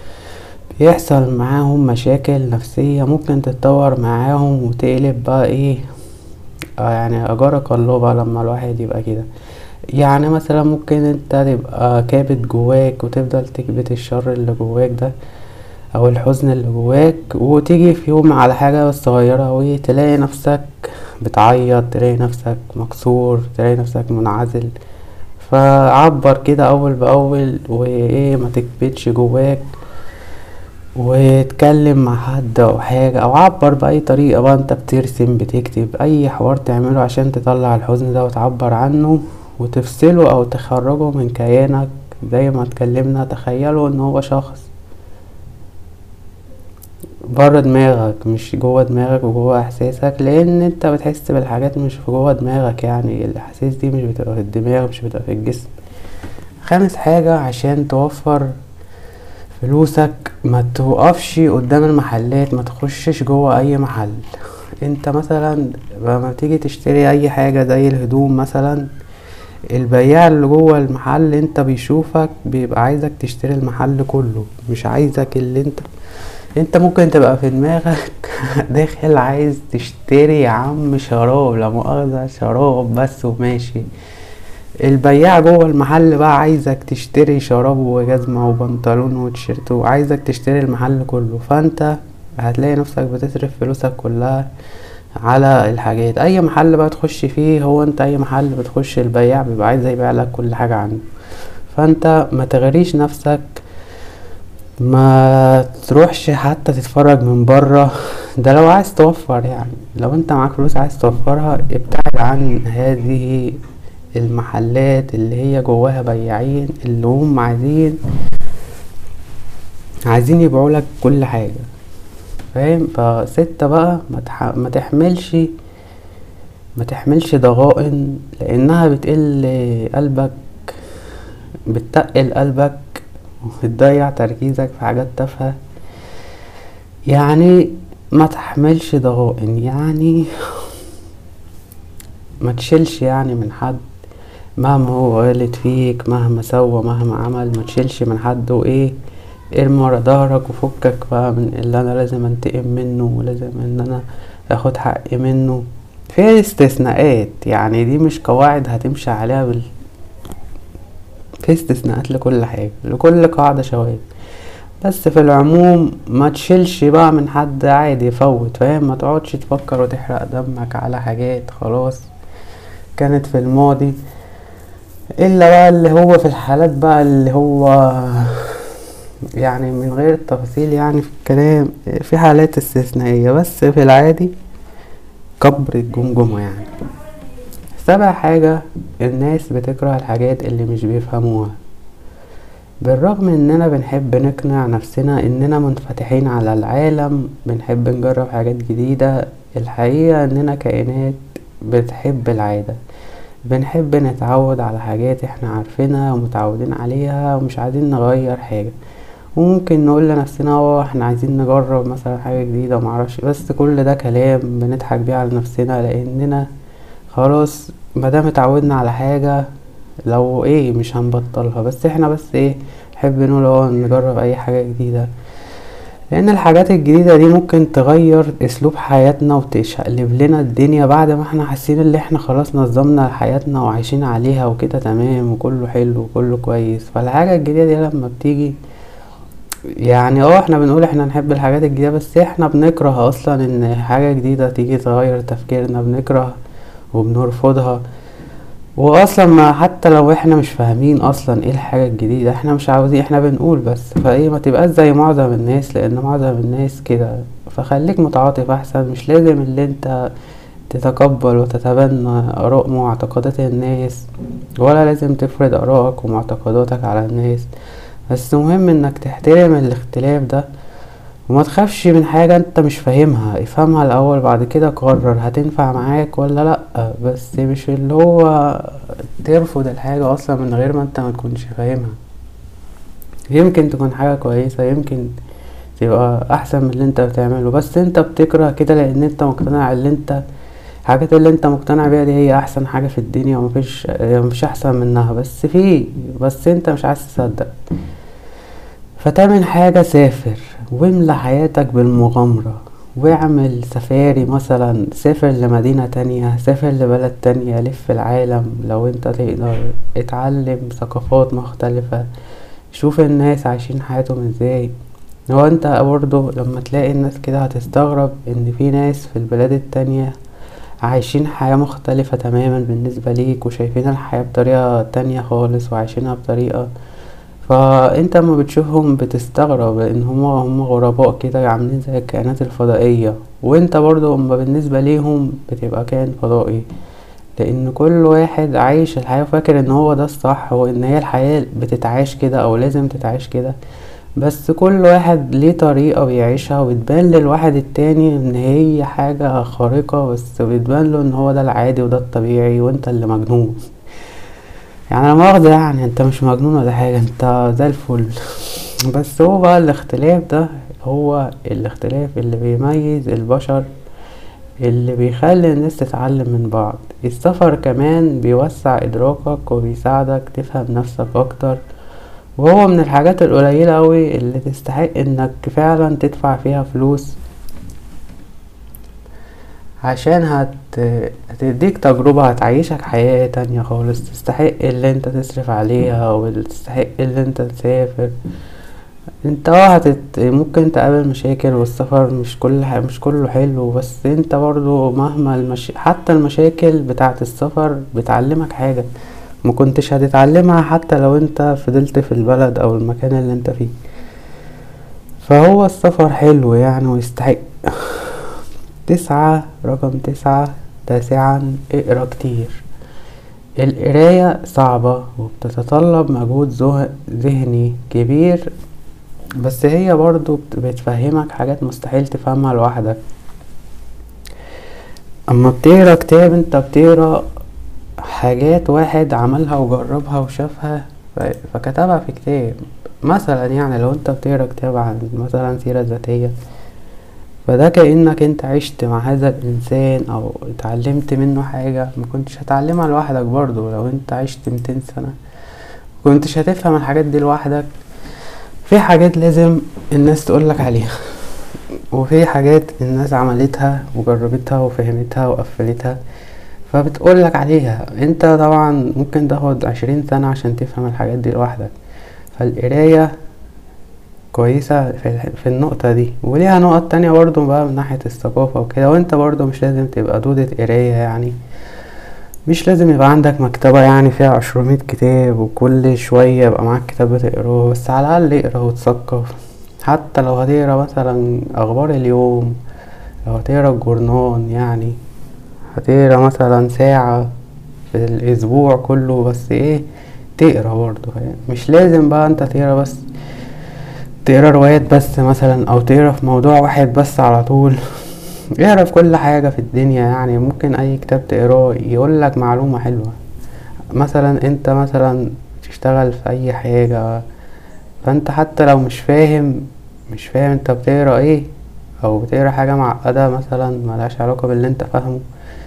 بيحصل معاهم مشاكل نفسية ممكن تتطور معاهم وتقلب بقى ايه. يعني اجارك الله بقى لما الواحد يبقى كده. يعني مثلا ممكن انت تبقى كابت جواك وتفضل تكبت الشر اللي جواك ده او الحزن اللي جواك، وتيجي في يوم على حاجة صغيرة وتلاقي نفسك بتعيط، تلاقي نفسك مكسور، تلاقي نفسك منعزل. فعبر كده اول باول، وايه ما تكبتش جواك، واتكلم مع حد او حاجة، او عبر باي طريقة بقى، انت بترسم، بتكتب، اي حوار تعمله عشان تطلع الحزن ده وتعبر عنه وتفصله او تخرجه من كيانك. زي ما اتكلمنا، تخيلوا ان هو شخص بره دماغك، مش جوه دماغك وجوه احساسك، لان انت بتحس بالحاجات مش في جوه دماغك، يعني الاحاسيس دي مش بتبقى في الدماغ، مش بتبقى في الجسم. خامس حاجة، عشان توفر فلوسك، ما توقفش قدام المحلات، ما تخشش جوه اي محل. انت مثلا لما تيجي تشتري اي حاجة زي الهدوم مثلا، البياع اللي جوه المحل انت بيشوفك بيبقى عايزك تشتري المحل كله، مش عايزك اللي انت ممكن تبقى في دماغك داخل عايز تشتري يا عم شراب، لا مؤاخذة شراب بس وماشي. البياع جوه المحل بقى عايزك تشتري شراب وجزمة وبنطلون وتيشيرت، وعايزك تشتري المحل كله. فانت هتلاقي نفسك بتصرف فلوسك كلها على الحاجات. اي محل بقى تخش فيه، هو انت اي محل بتخش البياع بيبقى عايز يبيع لك كل حاجة عنه. فانت ما تغريش نفسك، ما تروحش حتى تتفرج من بره. ده لو عايز توفر، يعني لو انت معاك فلوس عايز توفرها، ابتعد عن هذه المحلات اللي هي جواها بياعين اللي هم عايزين يبيعوا لك كل حاجة، فاهم؟ فستة بقى، ما تحملش ضغائن، لانها بتقل قلبك، بتتقل قلبك، وبتضيع تركيزك في حاجات تافهة. يعني ما تحملش ضغائن، يعني ما تشيلش يعني من حد مهما هو غلط فيك، مهما سوى، مهما عمل، ما تشيلش من حد. وايه، ارمي ورا ظهرك وفكك بقى من اللي انا لازم انتقم منه، ولازم ان انا اخد حقي منه. في استثناءات، يعني دي مش قواعد هتمشي عليها في استثناءات لكل حاجة، لكل قاعدة شواذ. بس في العموم ما تشيلش بقى من حد، عادي فوت، فاهم؟ ما تقعدش تفكر وتحرق دمك على حاجات خلاص كانت في الماضي. الا بقى اللي هو في الحالات بقى اللي هو يعني من غير التفاصيل يعني في الكلام، في حالات استثنائية، بس في العادي كبر الجمجمة يعني. سابع حاجة، الناس بتكره الحاجات اللي مش بيفهموها. بالرغم اننا بنحب نقنع نفسنا اننا منفتحين على العالم، بنحب نجرب حاجات جديدة، الحقيقة اننا كائنات بتحب العادة، بنحب نتعود على حاجات احنا عارفينها ومتعودين عليها ومش عايزين نغير حاجة. وممكن نقول لنفسنا احنا عايزين نجرب مثلا حاجة جديدة ومعرفش، بس كل ده كلام بنضحك بيه على نفسنا، لاننا خلاص مادام اتعودنا على حاجة، لو ايه مش هنبطلها. بس احنا بس ايه، نحب نقول نجرب اي حاجة جديدة، لان الحاجات الجديدة دي ممكن تغير اسلوب حياتنا وتشقلب لنا الدنيا، بعد ما احنا حاسين ان احنا خلاص نظمنا حياتنا وعايشين عليها وكده تمام وكله حلو وكله كويس. فالحاجة الجديدة دي لما بتيجي، يعني احنا بنقول احنا نحب الحاجات الجديدة، بس احنا بنكره اصلا ان حاجة جديدة تيجي تغير تفكيرنا، بنكره وبنرفضها. واصلا ما حتى لو احنا مش فاهمين اصلا ايه الحاجة الجديدة، احنا مش عاوزين، احنا بنقول بس. فايه، ما تبقاش زي معظم الناس، لان معظم الناس كده. فخليك متعاطف احسن، مش لازم اللي انت تتقبل وتتبنى اراء ومعتقدات الناس، ولا لازم تفرض ارائك ومعتقداتك على الناس. بس مهم انك تحترم الاختلاف ده، وما تخافش من حاجة انت مش فاهمها، افهمها الاول، بعد كده قرر هتنفع معاك ولا لا. بس مش اللي هو ترفض الحاجة اصلا من غير ما انت ما تكونش فاهمها. يمكن تكون حاجة كويسة، يمكن تبقى احسن من اللي انت بتعمله، بس انت بتكره كده لان انت مقتنع اللي انت الحاجات اللي انت مقتنع بيها دي هي احسن حاجة في الدنيا، ومفيش احسن منها. بس انت مش عايز تصدق. فتامن حاجة، سافر واملى حياتك بالمغامرة، واعمل سفاري مثلا، سافر لمدينة تانية، سافر لبلد تانية، لف العالم لو انت تقدر، اتعلم ثقافات مختلفة، شوف الناس عايشين حياتهم ازاي. هو انت برضه لما تلاقي الناس كده هتستغرب ان في ناس في البلاد التانية عايشين حياة مختلفة تماما بالنسبة ليك، وشايفين الحياة بطريقة تانية خالص وعايشينها بطريقة. فانت اما بتشوفهم بتستغرب ان هم غرباء كده عاملين زي الكائنات الفضائية، وانت برضو اما بالنسبة ليهم بتبقى كائن فضائي، لان كل واحد عايش الحياة فاكر ان هو ده الصح وان هي الحياة بتتعاش كده او لازم تتعاش كده. بس كل واحد ليه طريقة بيعيشها، وبتبان للواحد التاني ان هي حاجة خارقة، بس بتبان له ان هو ده العادي وده الطبيعي وانت اللي مجنون. يعني انا مؤاخذة، يعني انت مش مجنون ولا حاجة، انت زي الفل. بس هو بقى الاختلاف ده هو الاختلاف اللي بيميز البشر، اللي بيخلي الناس تتعلم من بعض. السفر كمان بيوسع ادراكك وبيساعدك تفهم نفسك اكتر، وهو من الحاجات القليلة اوي اللي تستحق انك فعلا تدفع فيها فلوس، عشان هتديك تجربة، هتعيشك حياة تانية خالص، تستحق اللي انت تصرف عليها وتستحق اللي انت تسافر. انت ممكن تقابل مشاكل، والسفر مش كله حلو، بس انت برضو مهما حتى المشاكل بتاعة السفر بتعلمك حاجة ما كنتش هتتعلمها حتى لو انت فضلت في البلد او المكان اللي انت فيه. فهو السفر حلو يعني ويستحق. رقم 9، تاسعا، اقرا كتير. القراية صعبة وبتتطلب مجهود ذهني كبير، بس هي برضو بتفهمك حاجات مستحيل تفهمها لوحدك. اما بتقرا كتاب انت بتقرا حاجات واحد عملها وجربها وشافها فكتبها في كتاب. مثلا يعني لو انت بتقرا كتاب عن مثلا سيرة ذاتية، فده كأنك انت عشت مع هذا الانسان او اتعلمت منه حاجة ما كنتش هتعلمها لوحدك. برضو لو انت عشت 200 سنة كنتش هتفهم الحاجات دي لوحدك. في حاجات لازم الناس تقولك عليها، وفي حاجات الناس عملتها وجربتها وفهمتها وقفلتها فبتقولك عليها. انت طبعا ممكن تاخد 20 سنة عشان تفهم الحاجات دي لوحدك. فالقراية كويسة في النقطة دي، وليها نقط تانية برضو بقى من ناحية الثقافة وكده. وانت برضو مش لازم تبقى دودة قراية، يعني مش لازم يبقى عندك مكتبة يعني فيها 200 كتاب وكل شوية يبقى معاك كتاب بتقراه، بس على الأقل اقرا وتثقف. حتى لو هتقرا مثلا أخبار اليوم، لو هتقرا الجورنان، يعني هتقرا مثلا ساعة في الأسبوع كله، بس ايه، تقرا برضو. مش لازم بقى انت تقرا بس تقرا روايات بس مثلا، او تقرا في موضوع واحد بس على طول. اقرا في كل حاجة في الدنيا، يعني ممكن اي كتاب تقراه يقولك معلومة حلوة. مثلا انت مثلا تشتغل في اي حاجة، فانت حتى لو مش فاهم انت بتقرا ايه، او بتقرا حاجة معقدة مثلا ملهاش علاقة باللي انت فاهمه،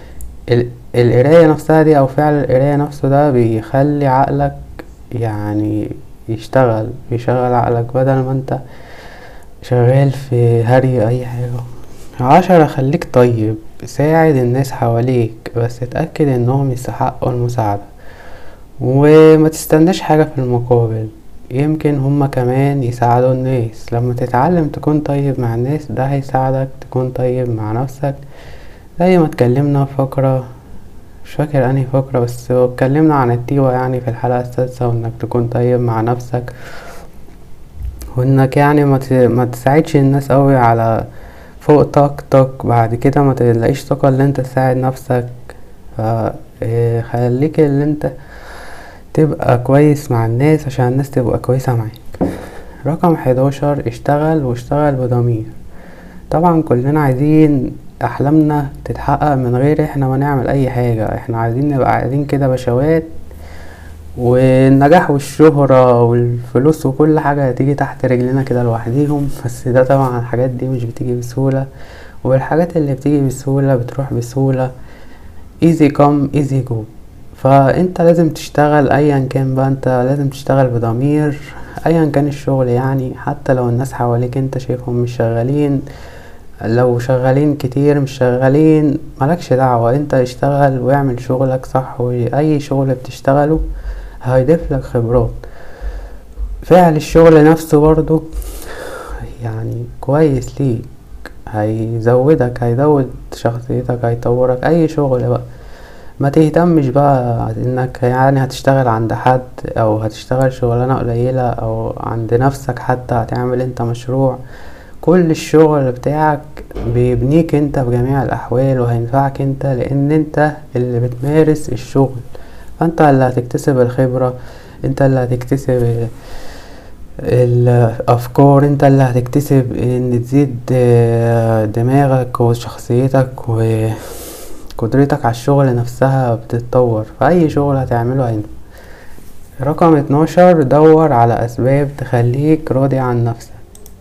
القراية نفسها دي او فعل القراية نفسه ده بيخلي عقلك يعني بيشغل عقلك بدل ما انت شغال في هري اي حاجة. 10، خليك طيب، ساعد الناس حواليك بس اتأكد انهم يستحقوا المساعدة، وما تستناش حاجة في المقابل. يمكن هما كمان يساعدوا الناس. لما تتعلم تكون طيب مع الناس ده هيساعدك تكون طيب مع نفسك. زي ما اتكلمنا في فقرة، مش فاكر انهي فقرة، بس اتكلمنا عن التيوة يعني في الحلقة السادسة، وانك تكون طيب مع نفسك، وانك يعني ما تساعدش الناس قوي على فوق طاقتك، بعد كده ما تلاقيش طاقة اللي انت تساعد نفسك. ف خليك اللي انت تبقى كويس مع الناس عشان الناس تبقى كويسة معاك. رقم 11، اشتغل واشتغل بضمير. طبعا كلنا عايزين احلامنا تتحقق من غير احنا ما نعمل اي حاجة. احنا عايزين نبقى قاعدين كده بشوات، والنجاح والشهرة والفلوس وكل حاجة هتيجي تحت رجلنا كده لوحديهم. بس ده طبعا الحاجات دي مش بتيجي بسهولة، والحاجات اللي بتيجي بسهولة بتروح بسهولة. easy come easy go. فانت لازم تشتغل ايا كان بقى، انت لازم تشتغل بضمير ايا كان الشغل، يعني حتى لو الناس حواليك انت شايفهم مش شغالين، لو شغالين كتير مش شغالين ملكش دعوة، انت اشتغل واعمل شغلك صح. واي شغل بتشتغله هيضيف لك خبرات. فعل الشغل نفسه برضو يعني كويس ليك، هيزودك، هيزود شخصيتك، هيطورك. اي شغل بقى، ما تهتمش بقى انك يعني هتشتغل عند حد او هتشتغل شغلانة قليلة او عند نفسك، حتى هتعمل انت مشروع. كل الشغل بتاعك بيبنيك انت في جميع الاحوال وهينفعك انت، لان انت اللي بتمارس الشغل، فانت اللي هتكتسب الخبرة، انت اللي هتكتسب الافكار، انت اللي هتكتسب ان تزيد دماغك وشخصيتك وقدرتك على الشغل نفسها بتتطور. في اي شغل هتعمله هينفع. رقم 12، دور على اسباب تخليك راضي عن نفسك.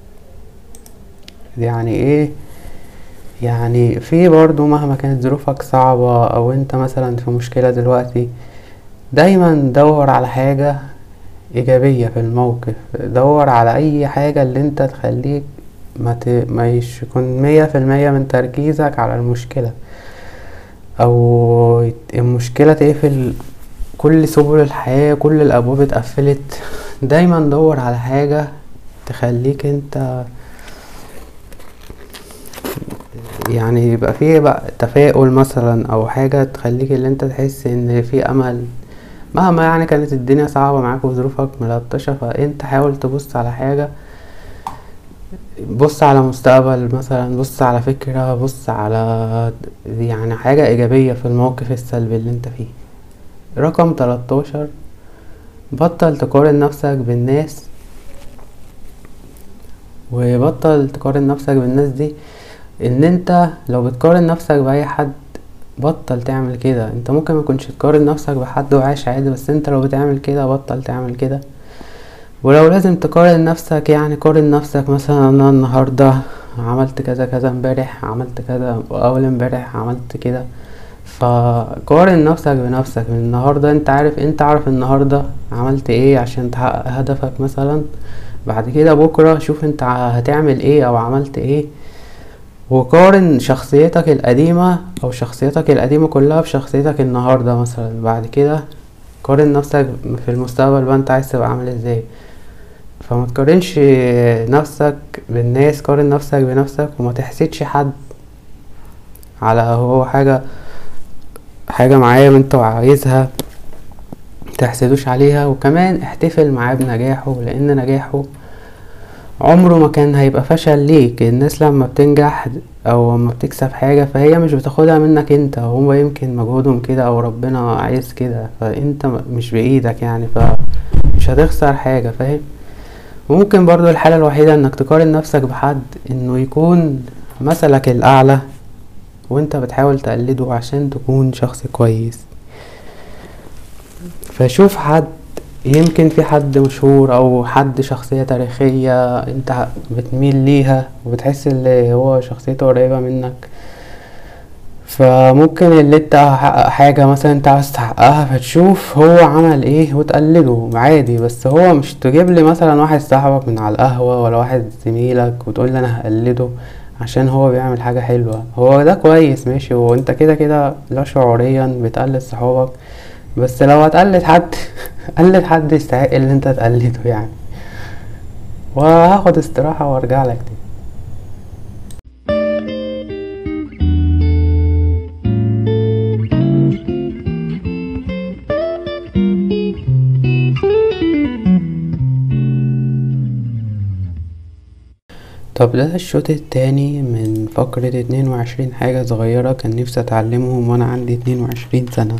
يعني ايه؟ يعني في برضو مهما كانت ظروفك صعبة او انت مثلا في مشكلة دلوقتي، دايما دور على حاجة ايجابية في الموقف. دور على اي حاجة اللي انت تخليك ما يكون 100% من تركيزك على المشكلة، او المشكلة تقفل كل سبل الحياة، كل الابواب اتقفلت. دايما دور على حاجة تخليك انت يعني يبقى فيه بقى تفاؤل مثلا، او حاجة تخليك اللي انت تحس ان في امل. مهما يعني كانت الدنيا صعبة معاك وظروفك ملطشة، فانت حاول تبص على حاجة، بص على مستقبل مثلا، بص على فكرة، بص على يعني حاجة ايجابية في الموقف السلبي اللي انت فيه. رقم 13، بطل تقارن نفسك بالناس. وبطل تقارن نفسك بالناس دي، ان انت لو بتقارن نفسك باي حد بطل تعمل كده. انت ممكن ما كنتش تقارن نفسك بحد وعايش عادي، بس انت لو بتعمل كده بطل تعمل كده. ولو لازم تقارن نفسك، يعني قارن نفسك مثلا انا النهارده عملت كذا كذا، امبارح عملت كذا، واول امبارح عملت كده. فقارن نفسك بنفسك من النهارده. انت عارف النهارده عملت ايه عشان تحقق هدفك مثلا. بعد كده بكره شوف انت هتعمل ايه او عملت ايه، وقارن شخصيتك القديمة او شخصيتك القديمة كلها بشخصيتك النهاردة مثلا. بعد كده قارن نفسك في المستقبل بقى انت عايز تبقى عامل ازاي. فما تقارنش نفسك بالناس، قارن نفسك بنفسك. وما تحسدش حد على هو حاجة معاه انت وعايزها، متحسدوش عليها. وكمان احتفل معاه بنجاحه، لان نجاحه عمره ما كان هيبقى فشل ليك. الناس لما بتنجح او لما بتكسب حاجة فهي مش بتاخدها منك انت، هو يمكن مجهودهم كده او ربنا عايز كده، فانت مش بايدك يعني، فمش هتخسر حاجة، فاهم؟ وممكن برضو الحالة الوحيدة انك تقارن نفسك بحد انه يكون مثلك الاعلى وانت بتحاول تقلده عشان تكون شخص كويس. فشوف حد، يمكن في حد مشهور او حد شخصية تاريخية انت بتميل ليها وبتحس اللي هو شخصيته قريبة منك، فممكن اللي انت حاجة مثلا انت عاوز تحققها فتشوف هو عمل ايه وتقلده عادي. بس هو مش تجيب لي مثلا واحد صاحبك من على القهوة ولا واحد زميلك وتقول لي انا هقلده عشان هو بيعمل حاجة حلوة. هو ده كويس ماشي، وانت كده كده لا شعوريا بتقلد صحابك، بس لو هتقلد حد قلد حد يستحق اللي انت تقلده يعني. وهاخد استراحة وارجع لك تاني. طب ده الشوط التاني من فقرة 22 حاجة صغيرة كان نفسي اتعلمهم وانا عندي 22 سنة.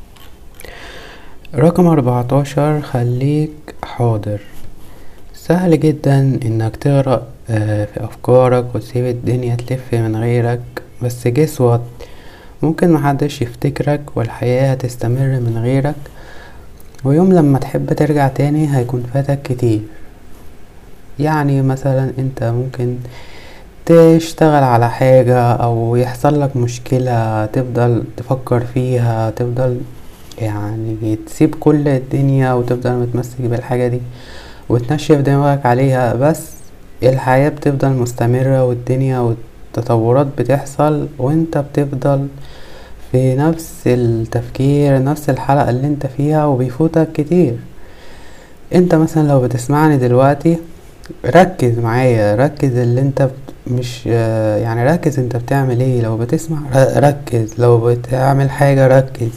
رقم 14، خليك حاضر. سهل جدا انك تغرق في افكارك وتسيب الدنيا تلف من غيرك، بس guess what، ممكن محدش يفتكرك والحياة هتستمر من غيرك، ويوم لما تحب ترجع تاني هيكون فاتك كتير. يعني مثلا انت ممكن تشتغل على حاجة او يحصل لك مشكلة تفضل تفكر فيها، تفضل يعني تسيب كل الدنيا وتفضل متمسك بالحاجة دي وتنشف دماغك عليها. بس الحياة بتفضل مستمرة والدنيا والتطورات بتحصل وانت بتفضل في نفس التفكير، نفس الحلقة اللي انت فيها وبيفوتك كتير. انت مثلا لو بتسمعني دلوقتي ركز معايا، ركز اللي انت مش يعني ركز انت بتعمل ايه. لو بتسمع ركز، لو بتعمل حاجة ركز.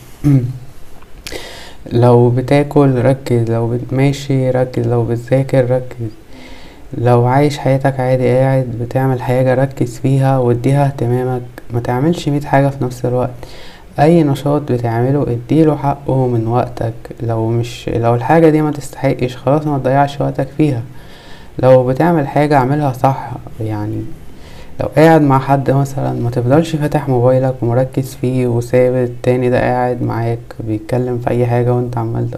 لو بتاكل ركز، لو ماشي ركز، لو بتذاكر ركز، لو عايش حياتك عادي قاعد بتعمل حاجة ركز فيها واديها اهتمامك. ما تعملش 100 حاجة في نفس الوقت. اي نشاط بتعمله اديله حقه من وقتك. لو الحاجة دي ما تستحقش خلاص ما تضيعش وقتك فيها. لو بتعمل حاجة اعملها صح. يعني لو قاعد مع حد مثلا ما تفضلش فاتح موبايلك ومركز فيه وساب التاني ده قاعد معاك بيتكلم في اي حاجة وانت عمال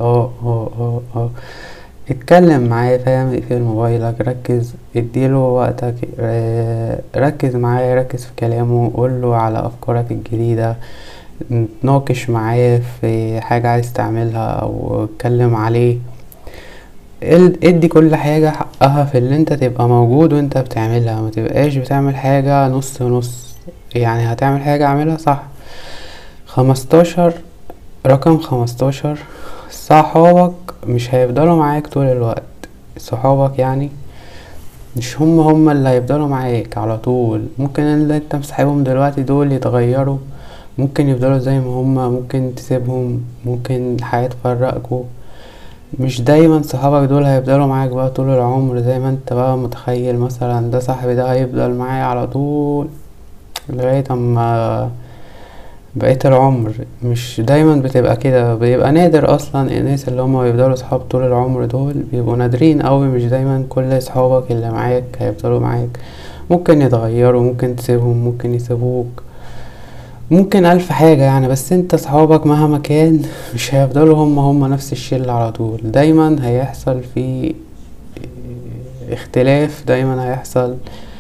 اتكلم معاه، فاهم؟ اقفل موبايلك، ركز، اديله وقتك. ركز معاه، ركز في كلامه، قوله على افكارك الجديدة، ناقش معاه في حاجة عايز تعملها او اتكلم عليه. ادي كل حاجة حقها في اللي انت تبقى موجود وانت بتعملها. ما تبقاش بتعمل حاجة نص نص. يعني هتعمل حاجة اعملها صح. 15 رقم 15، صحابك مش هيفضلوا معاك طول الوقت. صحابك يعني مش هم اللي هيفضلوا معاك على طول. ممكن اللي انت مصاحبهم دلوقتي دول يتغيروا، ممكن يفضلوا زي ما هم، ممكن تسيبهم، ممكن الحياة تفرقكوا. مش دايما صحابك دول هيفضلوا معاك بقى طول العمر زي ما انت بقى متخيل. مثلا ده صاحبي ده هيفضل معايا على طول لغاية اما بقية العمر. مش دايما بتبقى كده، بيبقى نادر اصلا الناس اللي هما بيفضلوا صحاب طول العمر دول بيبقوا نادرين اوي. مش دايما كل صحابك اللي معاك هيفضلوا معاك، ممكن يتغيروا، ممكن تسيبهم، ممكن يسيبوك، ممكن الف حاجة يعني. بس انت صحابك مهما كان مش هيفضلوا هم نفس الشلة على طول. دايما هيحصل في اختلاف، دايما هيحصل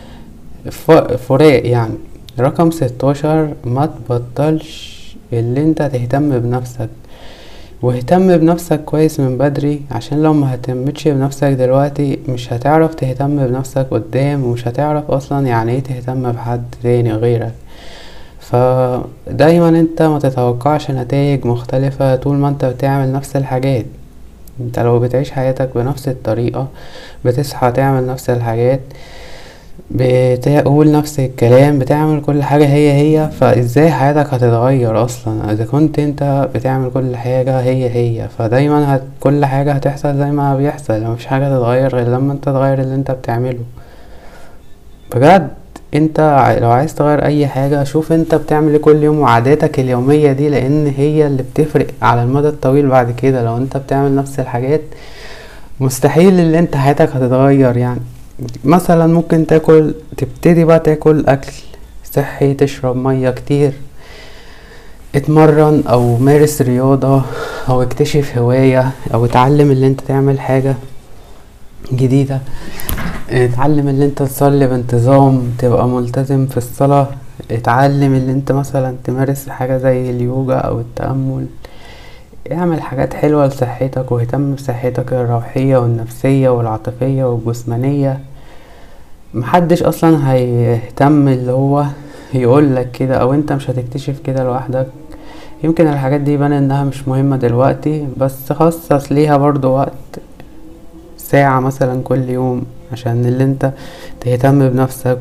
فراق يعني. رقم 16، ما تبطلش اللي انت تهتم بنفسك. واهتم بنفسك كويس من بدري، عشان لو ما اهتمتش بنفسك دلوقتي مش هتعرف تهتم بنفسك قدام، ومش هتعرف اصلا يعني ايه تهتم بحد تاني غيرك. فدايما انت ما تتوقعش نتائج مختلفة طول ما انت بتعمل نفس الحاجات. انت لو بتعيش حياتك بنفس الطريقة، بتصحى تعمل نفس الحاجات، بتقول نفس الكلام، بتعمل كل حاجة هي فازاي حياتك هتتغير اصلا اذا كنت انت بتعمل كل حاجة هي فدايما كل حاجة هتحصل زي ما بيحصل. مفيش حاجة تتغير غير لما انت تغير اللي انت بتعمله بجد. انت لو عايز تغير اي حاجة شوف انت بتعمل ايه كل يوم وعاداتك اليومية دي، لان هي اللي بتفرق على المدى الطويل بعد كده. لو انت بتعمل نفس الحاجات مستحيل اللي انت حياتك هتتغير يعني. مثلا ممكن تبتدي بقى تاكل اكل صحي، تشرب مية كتير، اتمرن او مارس رياضة، او اكتشف هواية، او اتعلم اللي انت تعمل حاجة جديدة. اتعلم اللي انت تصلي بانتظام، تبقى ملتزم في الصلاة. اتعلم اللي انت مثلا تمارس حاجة زي اليوجا او التأمل. اعمل حاجات حلوة لصحتك، واهتم بصحتك الروحية والنفسية والعاطفية والجسمانية. محدش اصلا هيهتم اللي هو يقولك كده، او انت مش هتكتشف كده لوحدك. يمكن الحاجات دي يبان انها مش مهمة دلوقتي، بس خصص ليها برضو وقت، ساعة مثلا كل يوم، عشان اللي انت تهتم بنفسك.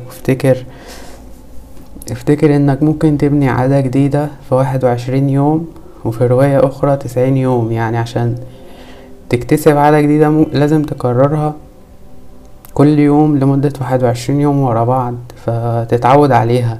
افتكر انك ممكن تبني عادة جديدة في 21 يوم، وفي رواية اخرى 90 يوم. يعني عشان تكتسب عادة جديدة لازم تكررها كل يوم لمدة 21 يوم ورا بعض فتتعود عليها.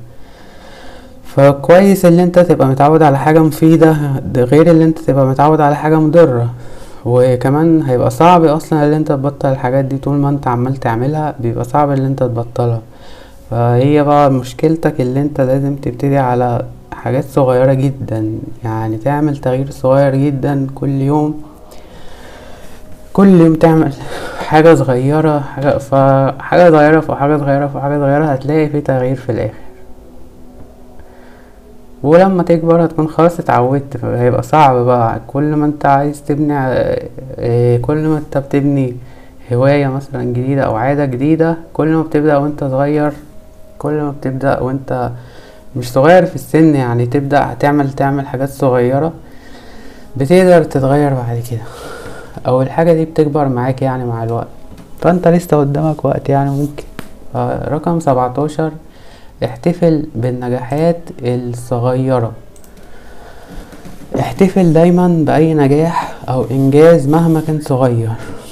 فكويس اللي انت تبقى متعود على حاجة مفيدة، ده غير اللي انت تبقى متعود على حاجة مضرة. وكمان هيبقى صعب اصلا اللي انت تبطل الحاجات دي طول ما انت عمال تعملها، بيبقى صعب اللي انت تبطلها. فهي بقى مشكلتك اللي انت لازم تبتدي على حاجات صغيرة جدا، يعني تعمل تغيير صغير جدا كل يوم. كل يوم تعمل حاجة صغيرة، حاجة صغيرة فوق حاجة صغيرة فوق حاجة صغيرة، هتلاقي في تغيير في الاخر. ولما تكبر هتكون خلاص اتعودت، هيبقى صعب بقى. كل ما انت عايز تبني كل ما انت بتبني هواية مثلا جديدة او عادة جديدة، كل ما بتبدأ وانت صغير، كل ما بتبدأ وانت مش صغير في السن، يعني تبدأ تعمل حاجات صغيرة بتقدر تتغير بعد كده، او الحاجة دي بتكبر معاك يعني مع الوقت. فانت لسه قدامك وقت يعني ممكن. رقم 17، احتفل بالنجاحات الصغيرة. احتفل دايما بأي نجاح أو إنجاز مهما كان صغير،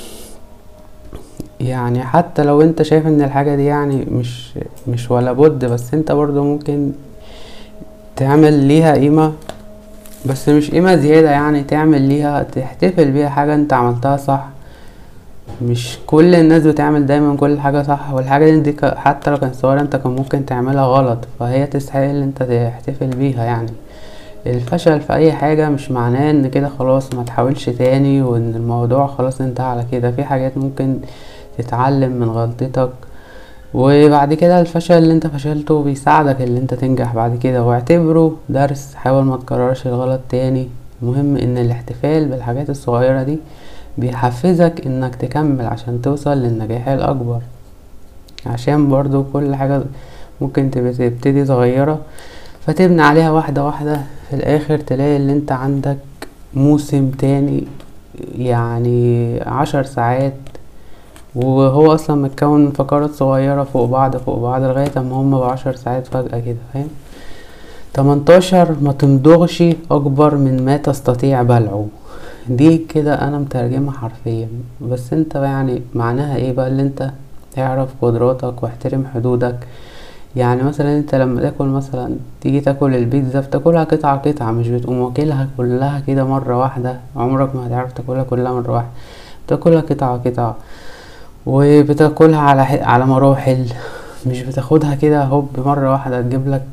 يعني حتى لو انت شايف ان الحاجة دي يعني مش ولا بد، بس انت برضو ممكن تعمل ليها قيمة، بس مش قيمة زيادة، يعني تعمل ليها تحتفل بيها حاجة انت عملتها صح. مش كل الناس بتعمل دايما كل حاجة صح، والحاجة دي حتى لو كانت صغيرة انت كان ممكن تعملها غلط، فهي تستحق ان انت تحتفل بيها يعني. الفشل في اي حاجة مش معناه ان كده خلاص ما تحاولش تاني وان الموضوع خلاص انتهى على كده. في حاجات ممكن تتعلم من غلطتك، وبعد كده الفشل اللي انت فشلته بيساعدك اللي انت تنجح بعد كده، واعتبره درس. حاول ما تكررش الغلط تاني. المهم ان الاحتفال بالحاجات الصغيرة دي بيحفزك انك تكمل عشان توصل للنجاح الاكبر، عشان برضو كل حاجة ممكن تبتدي صغيرة فتبني عليها واحدة واحدة، في الاخر تلاقي اللي انت عندك موسم تاني يعني 10 ساعات، وهو اصلا متكون من فقرات صغيرة فوق بعض فوق بعض لغاية اما هما ب10 ساعات فجأة كده، فاهم. 18، ما تمضغش اكبر من ما تستطيع بلعه. دي كده انا مترجمة حرفيا، بس انت يعني معناها ايه بقى؟ اللي انت اعرف قدراتك واحترم حدودك. يعني مثلا انت لما تاكل مثلا، تيجي تاكل البيتزا بتاكلها قطعة قطعة، مش بتقوم واكلها كلها كده مرة واحدة، عمرك ما هتعرف تاكلها كلها مرة واحدة، بتاكلها قطعة قطعة، وبتاكلها على مراحل، مش بتاخدها كده هوب مرة واحدة تجيبلك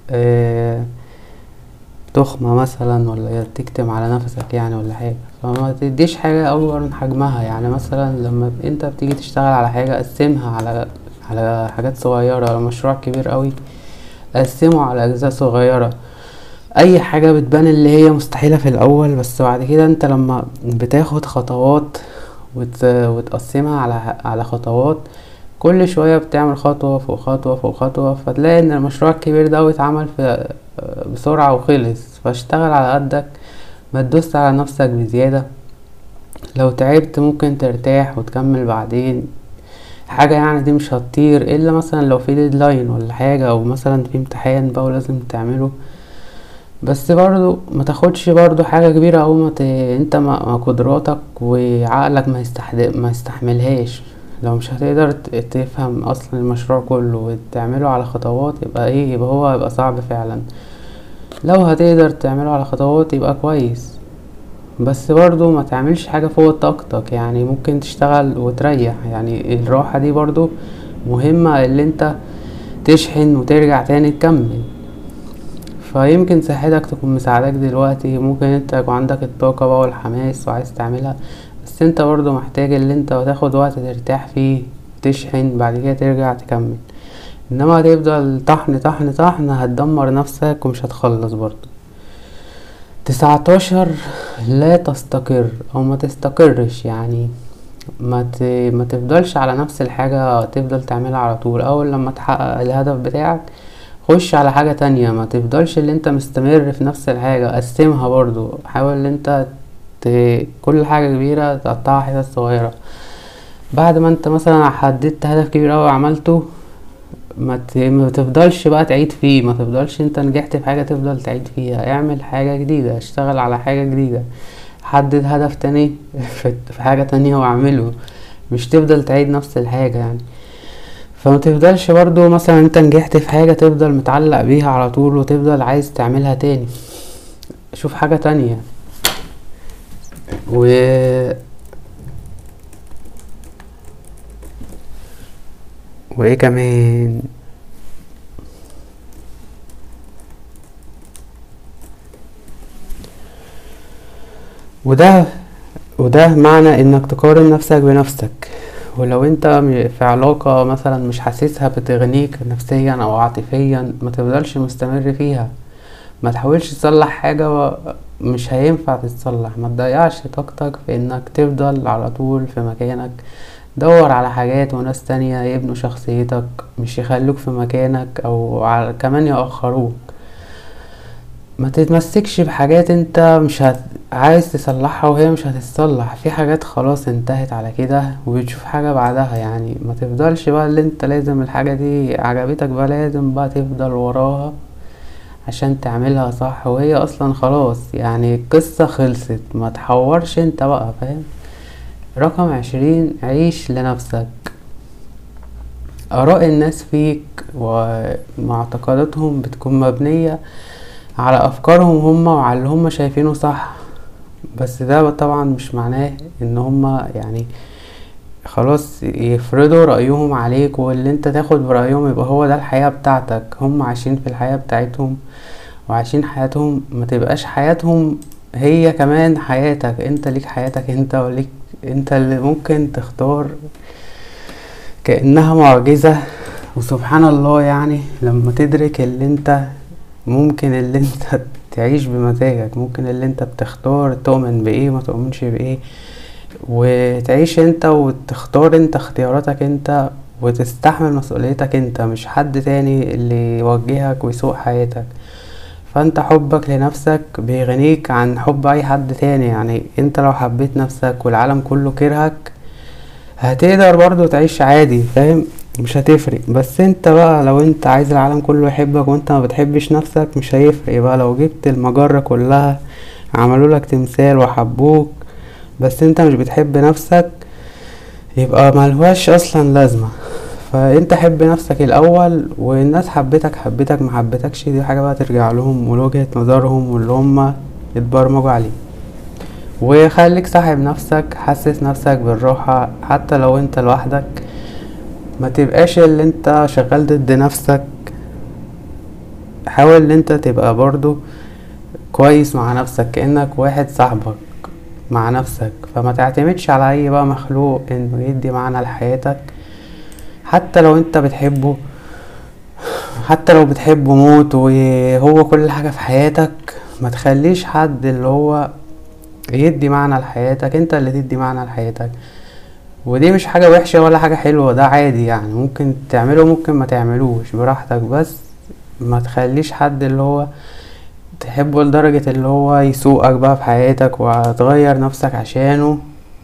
تخمة مثلا، ولا تكتم على نفسك يعني ولا حاجة. فما تديش حاجة اكبر من حجمها. يعني مثلا لما انت بتيجي تشتغل على حاجة، قسمها على حاجات صغيرة. لو مشروع كبير قوي قسمه على اجزاء صغيرة. اي حاجة بتبان اللي هي مستحيلة في الاول، بس بعد كده انت لما بتاخد خطوات وتقسمها على خطوات، كل شوية بتعمل خطوة فوق خطوة فوق خطوة، فتلاقي ان المشروع الكبير ده اتعمل في بسرعة وخلص. فاشتغل على قدك، ما تدوس على نفسك بزيادة. لو تعبت ممكن ترتاح وتكمل بعدين. حاجة يعني دي مش هتطير الا مثلا لو في ديدلاين ولا حاجة، او مثلا في امتحان بقى ولازم تعمله. بس برضو ما تاخدش برضو حاجة كبيرة، او انت ما قدراتك وعقلك ما يستحملهاش. لو مش هتقدر تفهم اصلا المشروع كله وتعمله على خطوات، يبقى ايه؟ يبقى صعب فعلا. لو هتقدر تعمله على خطوات يبقى كويس، بس برضو ما تعملش حاجة فوق طاقتك. يعني ممكن تشتغل وتريح، يعني الراحة دي برضو مهمة، اللي انت تشحن وترجع تاني تكمل. فيمكن صحتك تكون مساعدك دلوقتي، ممكن انت يكون عندك الطاقة بقى والحماس وعايز تعملها، بس انت برضو محتاج اللي انت تاخد وقت ترتاح فيه، تشحن، بعد كده ترجع تكمل. انما هتفضل طحن طحن طحن، هتدمر نفسك ومش هتخلص برضو. 19، لا تستقر او ما تستقرش. يعني ما تفضلش على نفس الحاجة تفضل تعملها على طول. اول لما تحقق الهدف بتاعك خش على حاجة تانية. ما تفضلش اللي انت مستمر في نفس الحاجة، قسمها برضو. حاول اللي انت كل حاجة كبيرة تقطعها حتت صغيرة. بعد ما انت مثلا حددت هدف كبير اوي وعملته، ما تفضلش بقى تعيد فيه. ما تفضلش انت نجحت في حاجة تفضل تعيد فيها. اعمل حاجة جديدة، اشتغل على حاجة جديدة، حدد هدف تاني في حاجة تانية واعمله، مش تفضل تعيد نفس الحاجة يعني. فما تفضلش برضو مثلا انت نجحت في حاجة تفضل متعلق بيها على طول وتفضل عايز تعملها تاني. شوف حاجة تانية. و وايه كمان؟ وده معنى انك تقارن نفسك بنفسك. ولو انت في علاقة مثلا مش حاسسها بتغنيك نفسيا او عاطفيا، ما تفضلش مستمر فيها. ما تحاولش تصلح حاجة مش هينفع تتصلح. ما تضيعش طاقتك في انك تفضل على طول في مكانك. دور على حاجات وناس تانية يبنوا شخصيتك، مش يخلوك في مكانك او كمان يأخروك. ما تتمسكش بحاجات انت مش عايز تصلحها وهي مش هتتصلح، في حاجات خلاص انتهت على كده وبتشوف حاجة بعدها. يعني ما تفضلش بقى اللي انت لازم الحاجة دي عجبتك بقى لازم بقى تفضل وراها عشان تعملها صح، وهي اصلا خلاص يعني القصة خلصت، ما تحورش انت بقى، فاهم؟ رقم 20، عيش لنفسك. آراء الناس فيك ومعتقداتهم بتكون مبنية على أفكارهم هم وعلى اللي هم شايفينه صح، بس ده طبعا مش معناه ان هم يعني خلاص يفرضوا رأيهم عليك واللي انت تاخد برأيهم يبقى هو ده الحياة بتاعتك. هم عايشين في الحياة بتاعتهم وعايشين حياتهم، ما تبقاش حياتهم هي كمان حياتك. انت ليك حياتك انت، وليك انت اللي ممكن تختار، كأنها معجزة. وسبحان الله يعني لما تدرك اللي انت ممكن اللي انت تعيش بمزاجك، ممكن اللي انت بتختار تؤمن بايه ما تؤمنش بايه، وتعيش انت وتختار انت اختياراتك انت، وتستحمل مسؤوليتك انت، مش حد تاني اللي يوجهك ويسوق حياتك. فانت حبك لنفسك بيغنيك عن حب اي حد تاني. يعني انت لو حبيت نفسك والعالم كله كرهك هتقدر برضو تعيش عادي، فاهم؟ مش هتفرق. بس انت بقى لو انت عايز العالم كله يحبك وانت ما بتحبش نفسك مش هيفرق بقى. لو جبت المجرة كلها عملوا لك تمثال وحبوك بس انت مش بتحب نفسك يبقى ملهاش اصلا لازمة. فانت حب نفسك الاول، والناس حبتك ما حبتكش دي حاجة بقى ترجع لهم ولوجهة نظرهم واللي هم يتبرمجوا عليه. وخليك صاحب نفسك، حسس نفسك بالراحة حتى لو انت لوحدك. ما تبقاش اللي انت شغال ضد نفسك، حاول ان انت تبقى برضو كويس مع نفسك كأنك واحد صاحبك مع نفسك. فما تعتمدش على اي بقى مخلوق انه يدي معنى لحياتك، حتى لو انت بتحبه، حتى لو بتحبه موت وهو كل حاجة في حياتك. ما تخليش حد اللي هو يدي معنى لحياتك، انت اللي تدي معنى لحياتك. ودي مش حاجة وحشة ولا حاجة حلوة، ده عادي يعني، ممكن تعمله ممكن ما تعملوش براحتك. بس ما تخليش حد اللي هو تحبه لدرجة اللي هو يسوقك بقى في حياتك وتغير نفسك عشانه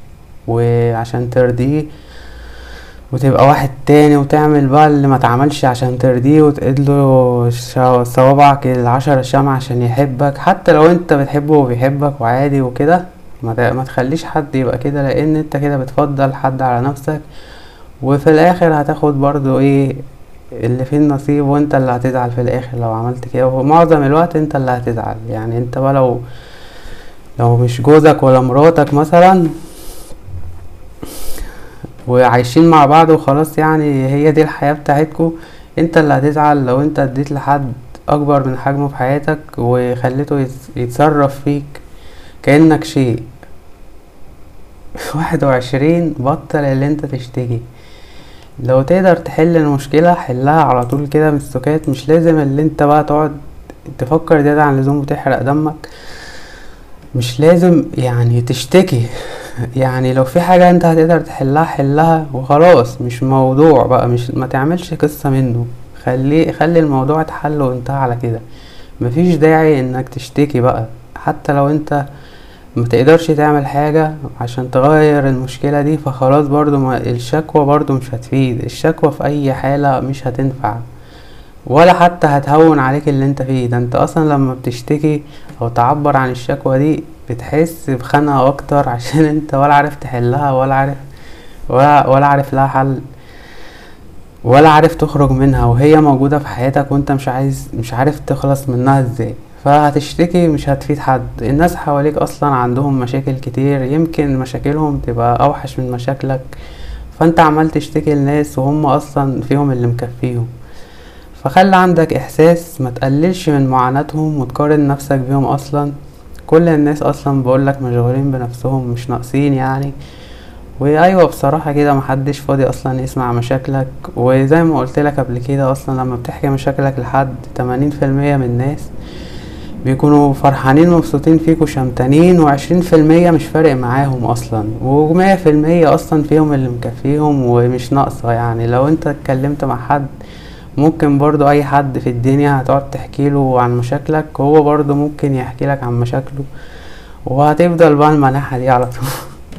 وعشان ترضيه، وتبقى واحد تاني وتعمل بقى اللي ما تعملش عشان ترضيه وتقدله صوابعك ال10 شمع عشان يحبك، حتى لو انت بتحبه وبيحبك وعادي وكده. ما تخليش حد يبقى كده، لان انت كده بتفضل حد على نفسك، وفي الاخر هتاخد برضو ايه اللي فيه النصيب، وانت اللي هتزعل في الاخر لو عملت كده. ومعظم الوقت انت اللي هتزعل. يعني انت بقى لو مش جوزك ولا مراتك مثلا وعايشين مع بعض وخلاص، يعني هي دي الحياة بتاعتكو، انت اللي هتزعل لو انت اديت لحد اكبر من حجمه في حياتك وخليته يتصرف فيك كأنك شيء. 21، بطل اللي انت تشتكي. لو تقدر تحل المشكلة حلها على طول كده من السكات، مش لازم اللي انت بقى تقعد تفكر زيادة عن اللزوم وتحرق دمك. مش لازم يعني تشتكي. يعني لو في حاجة انت هتقدر تحلها حلها وخلاص، مش موضوع بقى، مش ما تعملش قصة منه. خلي الموضوع اتحل وانتهى على كده. مفيش داعي انك تشتكي بقى، حتى لو انت ما تقدرش تعمل حاجة عشان تغير المشكلة دي فخلاص برضو الشكوى برضو مش هتفيد. الشكوى في اي حالة مش هتنفع ولا حتى هتهون عليك اللي انت فيه ده. انت اصلا لما بتشتكي او تعبر عن الشكوى دي بتحس بخنقة اكتر عشان انت ولا عارف تحلها ولا عارف لها حل ولا عارف تخرج منها، وهي موجودة في حياتك وانت مش عارف تخلص منها ازاي. فهتشتكي مش هتفيد حد. الناس حواليك اصلا عندهم مشاكل كتير، يمكن مشاكلهم تبقى اوحش من مشاكلك، فانت عمال تشتكي الناس وهم اصلا فيهم اللي مكفيهم. فخلي عندك احساس، ما تقللش من معاناتهم وتقارن نفسك بيهم. اصلا كل الناس اصلا بقولك مشغولين بنفسهم، مش ناقصين يعني. وايوه بصراحة كده محدش فاضي اصلا يسمع مشاكلك. وزي ما قلتلك قبل كده، اصلا لما بتحكي مشاكلك لحد 80% من الناس بيكونوا فرحانين مبسوطين فيك وشمتانين، و20% مش فارق معاهم اصلا، و100% اصلا فيهم اللي مكفيهم ومش ناقصة. يعني لو انت اتكلمت مع حد، ممكن برضو اي حد في الدنيا هتقعد تحكيله عن مشاكلك، هو برضو ممكن يحكي لك عن مشاكله، وهتفضل بقى المناحة دي على طول.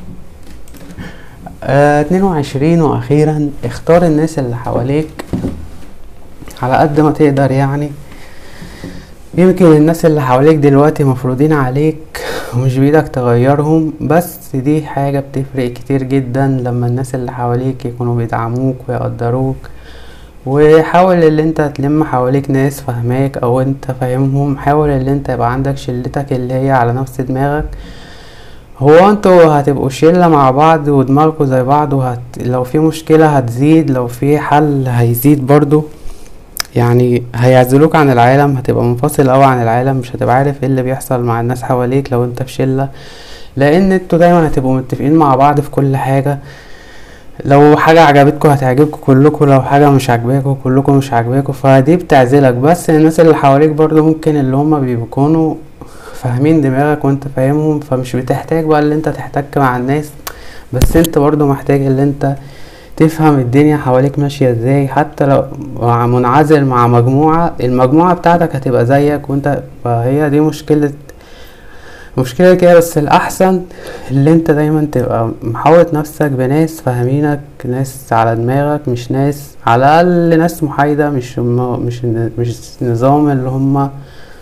22 واخيرا اختار الناس اللي حواليك على قد ما تقدر يعني. يمكن الناس اللي حواليك دلوقتي مفروضين عليك ومش بإيدك تغيرهم، بس دي حاجة بتفرق كتير جدا لما الناس اللي حواليك يكونوا بيدعموك ويقدروك. وحاول اللي انت تلم حواليك ناس فهماك او انت فاهمهم. حاول اللي انت يبقى عندك شلتك اللي هي على نفس دماغك. هو انتوا هتبقوا شلة مع بعض ودماغكوا زي بعض، لو في مشكلة هتزيد، لو في حل هيزيد برضو. يعني هيعزلوك عن العالم، هتبقى منفصل اوي عن العالم، مش هتبقى عارف ايه اللي بيحصل مع الناس حواليك لو انت في شلة، لان انتوا دايما هتبقوا متفقين مع بعض في كل حاجة. لو حاجة عجبتكوا هتعجبكوا كلكوا، لو حاجة مش عجباكوا كلكوا مش عجباكوا، فدي بتعزلك. بس الناس اللي حواليك برضو ممكن اللي هما بيكونوا فاهمين دماغك وانت فاهمهم، فمش بتحتاج بقى اللي انت تحتك مع الناس، بس انت برضو محتاج اللي انت تفهم الدنيا حواليك ماشية ازاي. حتى لو منعزل مع مجموعة، المجموعة بتاعتك هتبقى زيك وانت، فهي دي مشكلة كده. بس الأحسن اللي انت دايما تبقى محاوط نفسك بناس فاهمينك، ناس على دماغك، مش ناس على الأقل ناس محايدة، مش نظام اللي هما،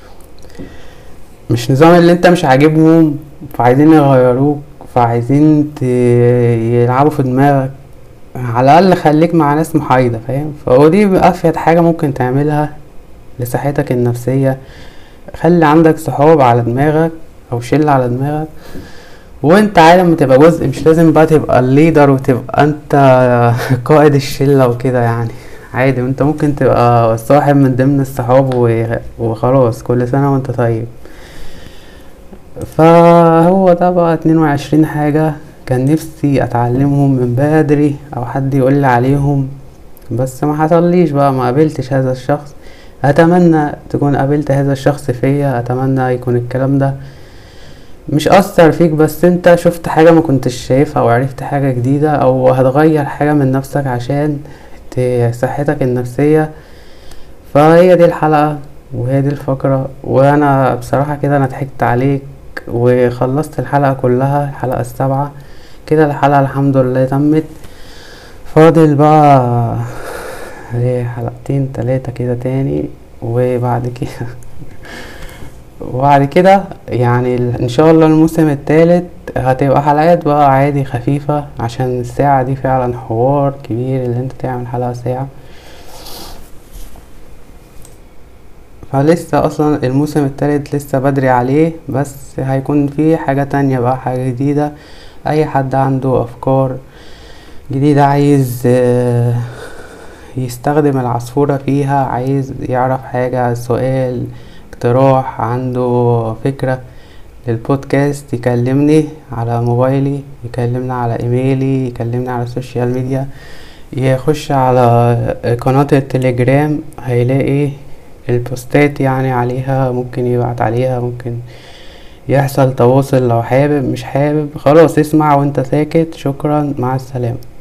مش نظام اللي انت مش عاجبهم فعايزين يغيروك، فعايزين يلعبوا في دماغك. على الأقل خليك مع ناس محايدة، فاهم؟ فدي أفيد حاجة ممكن تعملها لصحتك النفسية. خلي عندك صحاب على دماغك او شلة على دماغك، وانت عالم تبقى جزء، مش لازم بقى تبقى الليدر وتبقى انت قائد الشلة وكده يعني. عادي، وانت ممكن تبقى صاحب من ضمن الصحاب وخلاص. كل سنة وانت طيب. فهو ده بقى 22 حاجة كان نفسي اتعلمهم من بدري او حد يقولي عليهم، بس ما حصليش بقى، ما قابلتش هذا الشخص. اتمنى تكون قابلت هذا الشخص فيا، اتمنى يكون الكلام ده مش اثر فيك، بس انت شفت حاجة ما كنتش شايفها او عرفت حاجة جديدة او هتغير حاجة من نفسك عشان صحتك النفسية. فهي دي الحلقة وهي دي الفقرة. وانا بصراحة كده انا ضحكت عليك وخلصت الحلقة كلها، الحلقة السابعة كده. الحلقة الحمد لله تمت. فاضل بقى حلقتين 3 كده تاني، وبعد كده يعني ان شاء الله الموسم الثالث هتبقى حلقات بقى عادي خفيفة، عشان الساعة دي فعلا حوار كبير اللي انت تعمل حلقة ساعة. فلسه اصلا الموسم الثالث لسه بدري عليه، بس هيكون فيه حاجة تانية بقى، حاجة جديدة. اي حد عنده افكار جديدة عايز يستخدم العصفورة فيها، عايز يعرف حاجة، سؤال، اقتراح، عنده فكرة للبودكاست، يكلمني على موبايلي، يكلمنا على ايميلي، يكلمنا على السوشيال ميديا، يخش على قناة التليجرام هيلاقي البوستات يعني عليها، ممكن يبعت عليها، ممكن يحصل تواصل. لو حابب، مش حابب خلاص اسمع وانت ساكت. شكرا، مع السلامة.